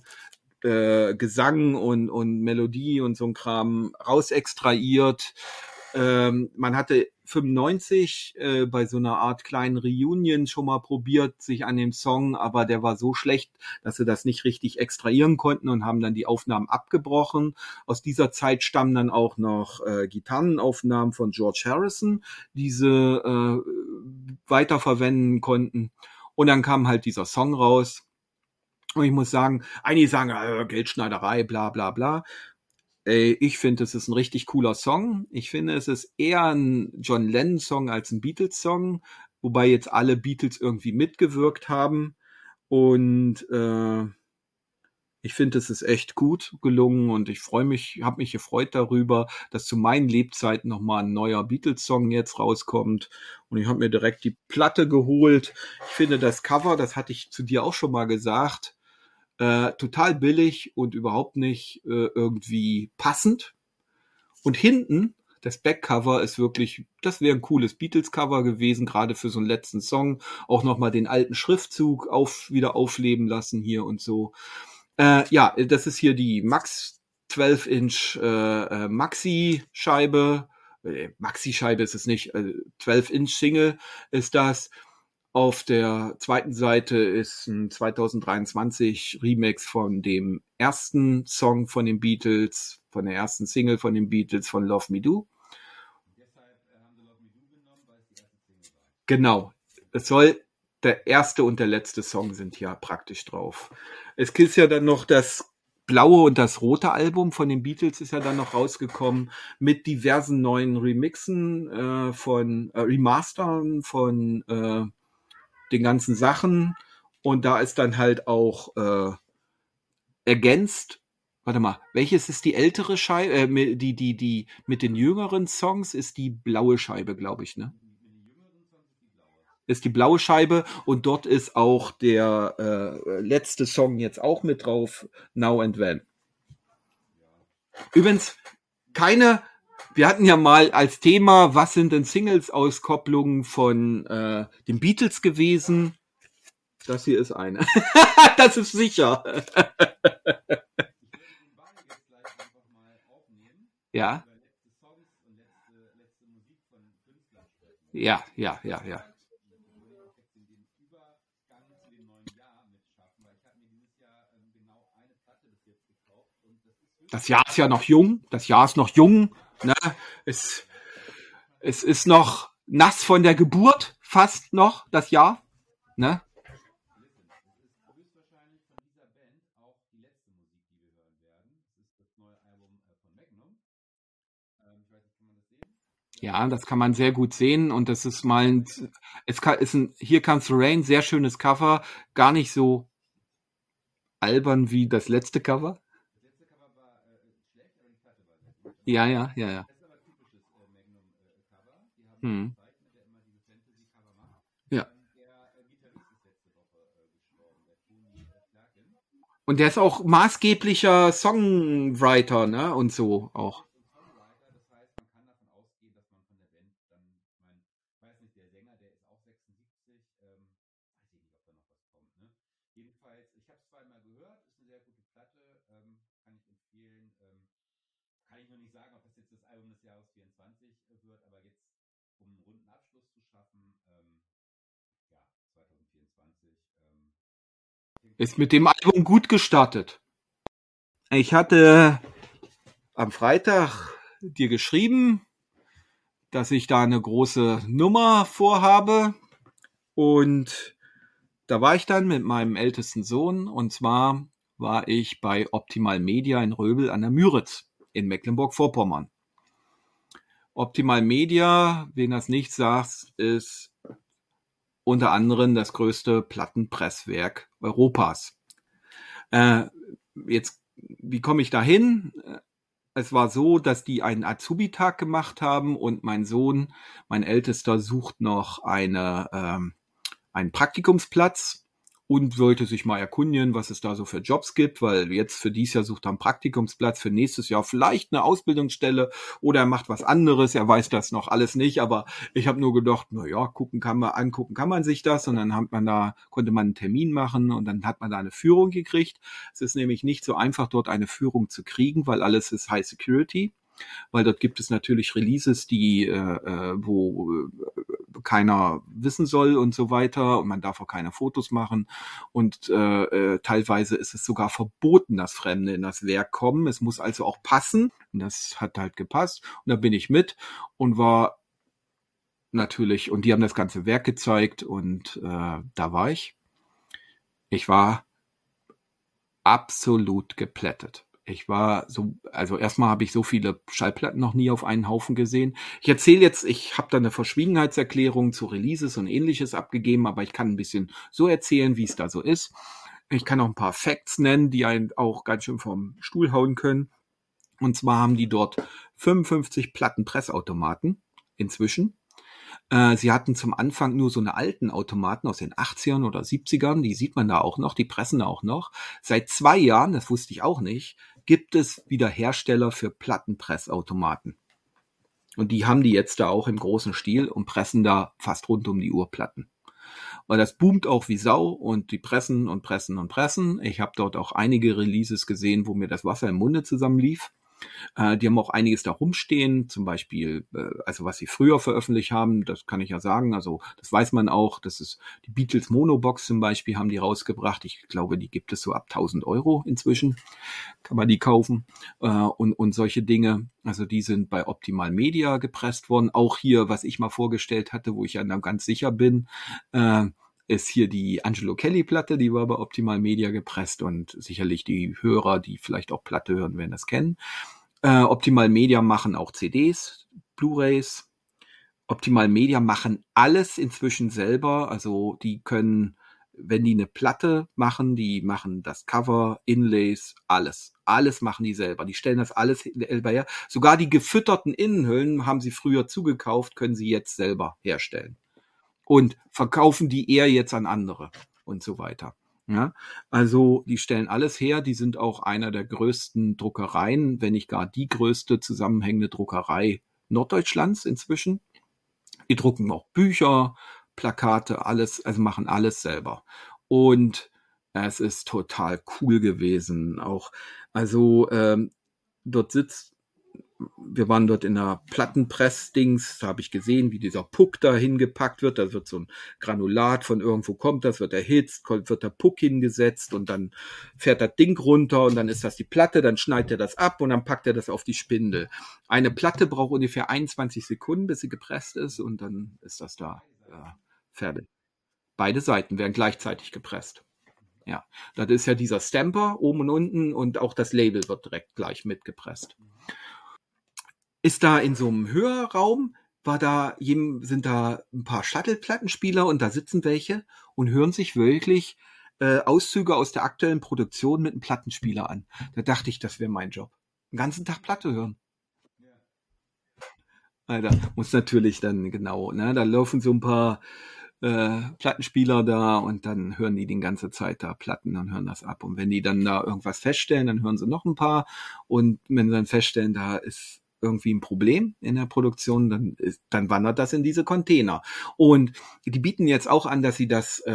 Gesang und Melodie und so ein Kram rausextrahiert. Man hatte 95 bei so einer Art kleinen Reunion schon mal probiert, sich an dem Song, aber der war so schlecht, dass sie das nicht richtig extrahieren konnten und haben dann die Aufnahmen abgebrochen. Aus dieser Zeit stammen dann auch noch Gitarrenaufnahmen von George Harrison, die sie weiterverwenden konnten. Und dann kam halt dieser Song raus. Und ich muss sagen, einige sagen, Geldschneiderei, bla bla bla. Ich finde, es ist ein richtig cooler Song. Ich finde, es ist eher ein John Lennon-Song als ein Beatles-Song, wobei jetzt alle Beatles irgendwie mitgewirkt haben. Und ich finde, es ist echt gut gelungen und ich freue mich, habe mich gefreut darüber, dass zu meinen Lebzeiten nochmal ein neuer Beatles-Song jetzt rauskommt. Und ich habe mir direkt die Platte geholt. Ich finde das Cover, das hatte ich zu dir auch schon mal gesagt, total billig und überhaupt nicht irgendwie passend. Und hinten, das Backcover ist wirklich, das wäre ein cooles Beatles-Cover gewesen, gerade für so einen letzten Song. Auch nochmal den alten Schriftzug wieder aufleben lassen hier und so. Ja, das ist hier die Max 12-Inch Maxi-Scheibe. Maxi-Scheibe ist es nicht, 12-Inch Single ist das. Auf der zweiten Seite ist ein 2023 Remix von dem ersten Song von den Beatles, von der ersten Single von den Beatles, von Love Me Do. Deshalb haben sie Love Me Do genommen, weil es die erste Single war. Genau. Es soll der erste und der letzte Song sind ja praktisch drauf. Es gibt ja dann noch das blaue und das rote Album von den Beatles ist ja dann noch rausgekommen mit diversen neuen Remixen von Remastern von den ganzen Sachen. Und da ist dann halt auch ergänzt. Warte mal, welches ist die ältere Scheibe? Die mit den jüngeren Songs ist die blaue Scheibe, glaube ich, ne? Ist die blaue Scheibe und dort ist auch der letzte Song jetzt auch mit drauf, Now and Then. Übrigens, wir hatten ja mal als Thema, was sind denn Singles-Auskopplungen von den Beatles gewesen? Das hier ist eine. Das ist sicher. Ja. Ja. Das Jahr ist ja noch jung. Das Jahr ist noch jung. Ne? Es ist noch nass von der Geburt, fast noch das Jahr. Ne? Ja, das kann man sehr gut sehen und das ist mal ist ein Here Comes the Rain, sehr schönes Cover, gar nicht so albern wie das letzte Cover. Ja. Hm. Ja. Und der ist auch maßgeblicher Songwriter, ne? Und so auch. Und Songwriter, das heißt, man kann davon ausgehen, dass man von der Band dann, ich weiß nicht, der Sänger, der ist auch 76, weiß ich nicht, ob da noch was kommt, ne? Jedenfalls, ich habe es zweimal gehört, ist eine sehr gute Platte, kann ich empfehlen. Kann ich noch nicht sagen, ob das jetzt das Album des Jahres 24 wird, aber jetzt, um einen runden Abschluss zu schaffen, ja, 2024, klingt das Ist schon mit mal dem gut. Album gut gestartet. Ich hatte am Freitag dir geschrieben, dass ich da eine große Nummer vorhabe. Und da war ich dann mit meinem ältesten Sohn. Und zwar war ich bei Optimal Media in Röbel an der Müritz in Mecklenburg-Vorpommern. Optimal Media, wen das nicht sagt, ist unter anderem das größte Plattenpresswerk Europas. Jetzt, wie komme ich da hin? Es war so, dass die einen Azubi-Tag gemacht haben und mein Sohn, mein Ältester, sucht noch einen Praktikumsplatz und wollte sich mal erkundigen, was es da so für Jobs gibt, weil jetzt für dieses Jahr sucht er einen Praktikumsplatz, für nächstes Jahr vielleicht eine Ausbildungsstelle oder er macht was anderes, er weiß das noch alles nicht, aber ich habe nur gedacht, na ja, angucken kann man sich das und dann konnte man einen Termin machen und dann hat man da eine Führung gekriegt. Es ist nämlich nicht so einfach, dort eine Führung zu kriegen, weil alles ist High Security, weil dort gibt es natürlich Releases, wo keiner wissen soll und so weiter und man darf auch keine Fotos machen und teilweise ist es sogar verboten, dass Fremde in das Werk kommen. Es muss also auch passen und das hat halt gepasst und da bin ich mit und war natürlich, und die haben das ganze Werk gezeigt und da war ich. Ich war absolut geplättet. Also erstmal habe ich so viele Schallplatten noch nie auf einen Haufen gesehen. Ich habe da eine Verschwiegenheitserklärung zu Releases und ähnliches abgegeben, aber ich kann ein bisschen so erzählen, wie es da so ist. Ich kann auch ein paar Facts nennen, die einen auch ganz schön vom Stuhl hauen können. Und zwar haben die dort 55 Plattenpressautomaten inzwischen. Sie hatten zum Anfang nur so eine alten Automaten aus den 80ern oder 70ern, die sieht man da auch noch, die pressen da auch noch. Seit 2 Jahren, das wusste ich auch nicht, gibt es wieder Hersteller für Plattenpressautomaten. Und die haben die jetzt da auch im großen Stil und pressen da fast rund um die Uhr Platten. Weil das boomt auch wie Sau und die pressen und pressen und pressen. Ich habe dort auch einige Releases gesehen, wo mir das Wasser im Munde zusammenlief. Die haben auch einiges da rumstehen, zum Beispiel, also was sie früher veröffentlicht haben, das kann ich ja sagen, also das weiß man auch, das ist die Beatles Monobox zum Beispiel, haben die rausgebracht. Ich glaube, die gibt es so ab 1.000 € inzwischen, kann man die kaufen und solche Dinge. Also die sind bei Optimal Media gepresst worden. Auch hier, was ich mal vorgestellt hatte, wo ich ja ganz sicher bin, ist hier die Angelo Kelly Platte, die war bei Optimal Media gepresst und sicherlich die Hörer, die vielleicht auch Platte hören, werden das kennen. Optimal Media machen auch CDs, Blu-rays. Optimal Media machen alles inzwischen selber. Also die können, wenn die eine Platte machen, die machen das Cover, Inlays, alles. Alles machen die selber. Die stellen das alles selber her. Sogar die gefütterten Innenhüllen haben sie früher zugekauft, können sie jetzt selber herstellen. Und verkaufen die eher jetzt an andere und so weiter. Ja, also die stellen alles her, die sind auch einer der größten Druckereien, wenn nicht gar die größte zusammenhängende Druckerei Norddeutschlands inzwischen. Die drucken auch Bücher, Plakate, alles, also machen alles selber. Und es ist total cool gewesen. Auch, also dort wir waren dort in der Plattenpress-Dings, da habe ich gesehen, wie dieser Puck da hingepackt wird. Da wird so ein Granulat von irgendwo kommt, das wird erhitzt, wird der Puck hingesetzt und dann fährt das Ding runter und dann ist das die Platte, dann schneidet er das ab und dann packt er das auf die Spindel. Eine Platte braucht ungefähr 21 Sekunden, bis sie gepresst ist und dann ist das da fertig. Beide Seiten werden gleichzeitig gepresst. Ja, das ist ja dieser Stamper oben und unten und auch das Label wird direkt gleich mitgepresst. Ist da in so einem Hörraum, sind da ein paar Shuttle-Plattenspieler und da sitzen welche und hören sich wirklich Auszüge aus der aktuellen Produktion mit einem Plattenspieler an. Da dachte ich, das wäre mein Job. Den ganzen Tag Platte hören. Ja. Alter, muss natürlich dann genau, ne? Da laufen so ein paar Plattenspieler da und dann hören die ganze Zeit da Platten und hören das ab. Und wenn die dann da irgendwas feststellen, dann hören sie noch ein paar. Und wenn sie dann feststellen, da ist irgendwie ein Problem in der Produktion, dann wandert das in diese Container. Und die bieten jetzt auch an, dass sie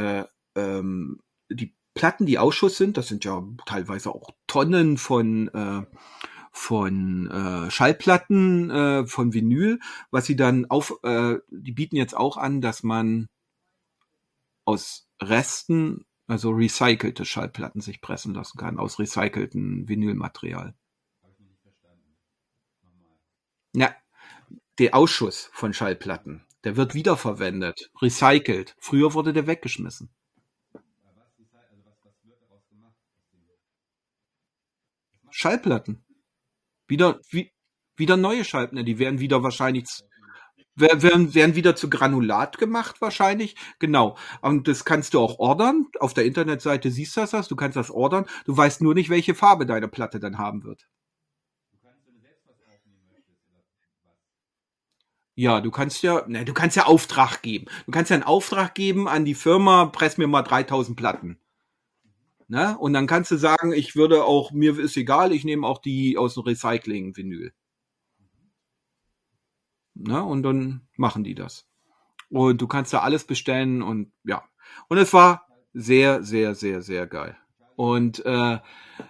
die Platten, die Ausschuss sind, das sind ja teilweise auch Tonnen von Schallplatten, von Vinyl, was sie dann die bieten jetzt auch an, dass man aus Resten, also recycelte Schallplatten sich pressen lassen kann, aus recyceltem Vinylmaterial. Habe ich noch nicht verstanden. Nochmal. Ja, der Ausschuss von Schallplatten, der wird wiederverwendet, recycelt. Früher wurde der weggeschmissen. Was wird daraus gemacht? Schallplatten. Wieder neue Schallplatten, die werden wieder wahrscheinlich werden wieder zu Granulat gemacht wahrscheinlich. Genau. Und das kannst du auch ordern. Auf der Internetseite siehst du das. Du kannst das ordern. Du weißt nur nicht, welche Farbe deine Platte dann haben wird. Wenn du selbst was aufnehmen möchtest oder was? Ja, du kannst ja Auftrag geben. Du kannst ja einen Auftrag geben an die Firma, press mir mal 3000 Platten. Ne? Und dann kannst du sagen, mir ist egal, ich nehme auch die aus dem Recycling-Vinyl. Ne? Und dann machen die das. Und du kannst da alles bestellen und ja. Und es war sehr, sehr, sehr, sehr geil. Und ja.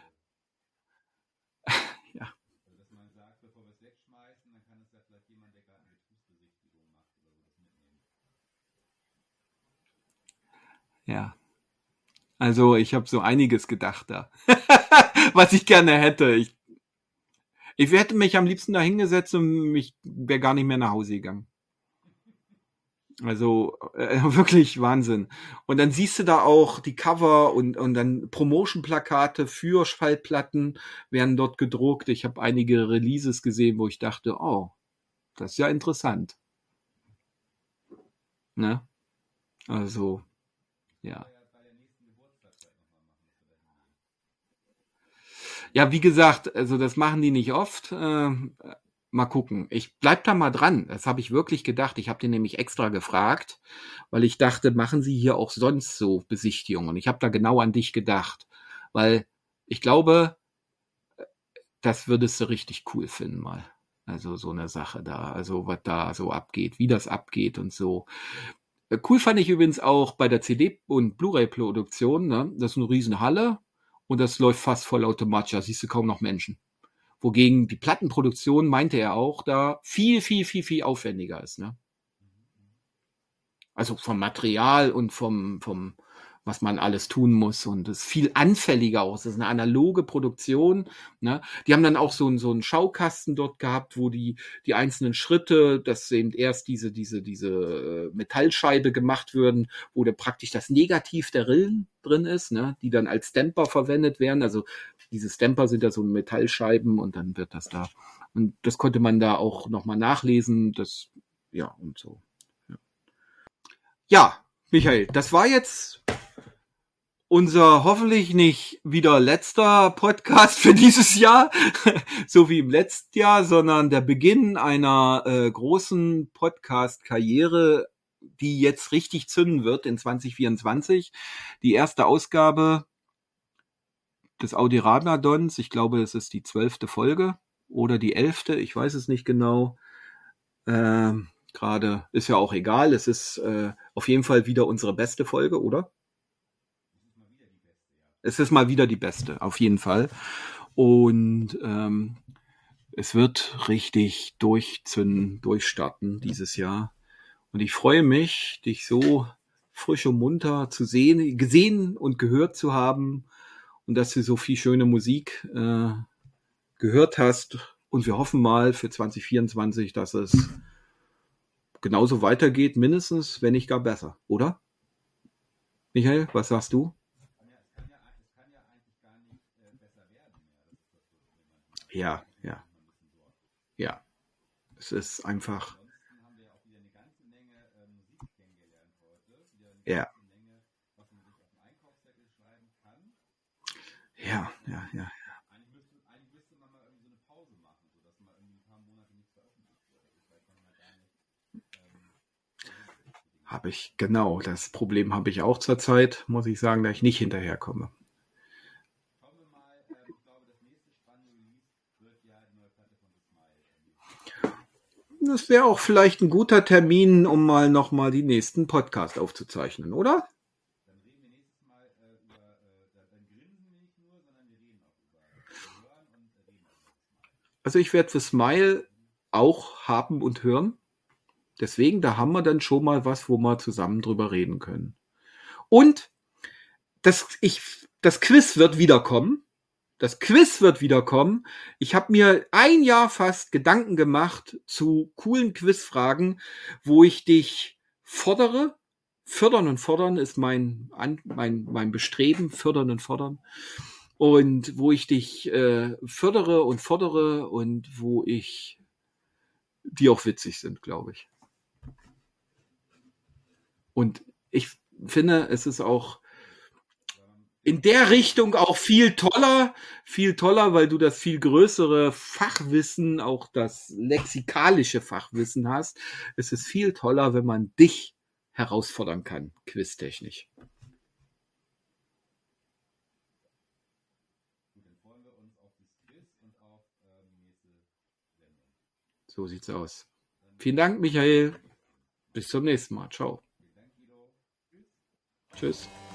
Also, dass man sagt, bevor wir es wegschmeißen, dann kann es ja vielleicht jemand, der gerade eine Betriebsbesichtigung macht oder so, das mitnehmen. Ja. Also ich habe so einiges gedacht da, was ich gerne hätte. Ich hätte mich am liebsten da hingesetzt und ich wäre gar nicht mehr nach Hause gegangen. Also wirklich Wahnsinn. Und dann siehst du da auch die Cover und dann Promotion-Plakate für Schallplatten werden dort gedruckt. Ich habe einige Releases gesehen, wo ich dachte, oh, das ist ja interessant. Ne? Also, ja. Bei der nächsten Geburtstagszeit nochmal machen, dass wir da hingehen. Ja, wie gesagt, also das machen die nicht oft. Mal gucken. Ich bleib da mal dran. Das habe ich wirklich gedacht. Ich habe den nämlich extra gefragt, weil ich dachte, machen Sie hier auch sonst so Besichtigungen? Und ich habe da genau an dich gedacht, weil ich glaube, das würdest du richtig cool finden mal. Also so eine Sache da, also was da so abgeht, wie das abgeht und so. Cool fand ich übrigens auch bei der CD- und Blu-ray-Produktion. Ne? Das ist eine riesen Halle und das läuft fast vollautomatisch. Da siehst du kaum noch Menschen. Wogegen die Plattenproduktion, meinte er auch, da viel, viel, viel, viel aufwendiger ist. Ne? Also vom Material und was man alles tun muss. Und es ist viel anfälliger auch. Es ist eine analoge Produktion. Ne? Die haben dann auch so einen Schaukasten dort gehabt, wo die einzelnen Schritte, dass eben erst diese Metallscheibe gemacht würden, wo da praktisch das Negativ der Rillen drin ist, ne? Die dann als Stamper verwendet werden. Also diese Stamper sind ja so Metallscheiben und dann wird das da. Und das konnte man da auch nochmal nachlesen. Ja, und so. Ja, Michael, das war jetzt unser hoffentlich nicht wieder letzter Podcast für dieses Jahr, so wie im letzten Jahr, sondern der Beginn einer großen Podcast-Karriere, die jetzt richtig zünden wird in 2024. Die erste Ausgabe des Audioramadons, ich glaube, es ist die 12. Folge oder die 11., ich weiß es nicht genau. Gerade ist ja auch egal, es ist auf jeden Fall wieder unsere beste Folge, oder? Es ist mal wieder die beste, auf jeden Fall. Und es wird richtig durchzünden, durchstarten dieses Jahr. Und ich freue mich, dich so frisch und munter zu sehen, gesehen und gehört zu haben und dass du so viel schöne Musik gehört hast. Und wir hoffen mal für 2024, dass es genauso weitergeht, mindestens, wenn nicht gar besser, oder? Michael, was sagst du? Es kann ja eigentlich gar nicht besser werden mehr. Das ist das, Ja, ja, ja. Es ist einfach, ansonsten haben wir ja auch wieder eine ganze Menge Musik kennengelernt heute. Wieder eine ja, ganze Menge, was man sich auf den Einkaufszettel schreiben kann. ja, ja, ja. Eigentlich müsste man mal irgendwie so eine Pause machen, sodass mal irgendwie ein paar Monate nichts veröffentlicht wird. Also vielleicht kann man gar nicht. Habe ich, genau. Das Problem habe ich auch zurzeit, muss ich sagen, da ich nicht hinterherkomme. Schauen wir mal, ich glaube, das nächste spannende Release wird ja die neue Platte von The Smile. Das wäre auch vielleicht ein guter Termin, um mal nochmal die nächsten Podcast aufzuzeichnen, oder? Dann reden wir nächstes Mal über, dann grinsen wir nicht nur, sondern wir reden auch über, wir hören und reden auch über The Smile. Also ich werde für Smile auch haben und hören. Deswegen, da haben wir dann schon mal was, wo wir zusammen drüber reden können. Und das Quiz wird wiederkommen. Das Quiz wird wiederkommen. Ich habe mir ein Jahr fast Gedanken gemacht zu coolen Quizfragen, wo ich dich fordere. Fördern und fordern ist mein Bestreben. Fördern und fordern. Und wo ich dich fördere und fordere und wo ich die auch witzig sind, glaube ich. Und ich finde, es ist auch in der Richtung auch viel toller, weil du das viel größere Fachwissen, auch das lexikalische Fachwissen hast. Es ist viel toller, wenn man dich herausfordern kann, quiztechnisch. Gut, dann freuen wir uns auf das Quiz und auf die nächste Sendung. So sieht's aus. Vielen Dank, Michael. Bis zum nächsten Mal. Ciao. Vielen Dank, Guido. Tschüss. Tschüss.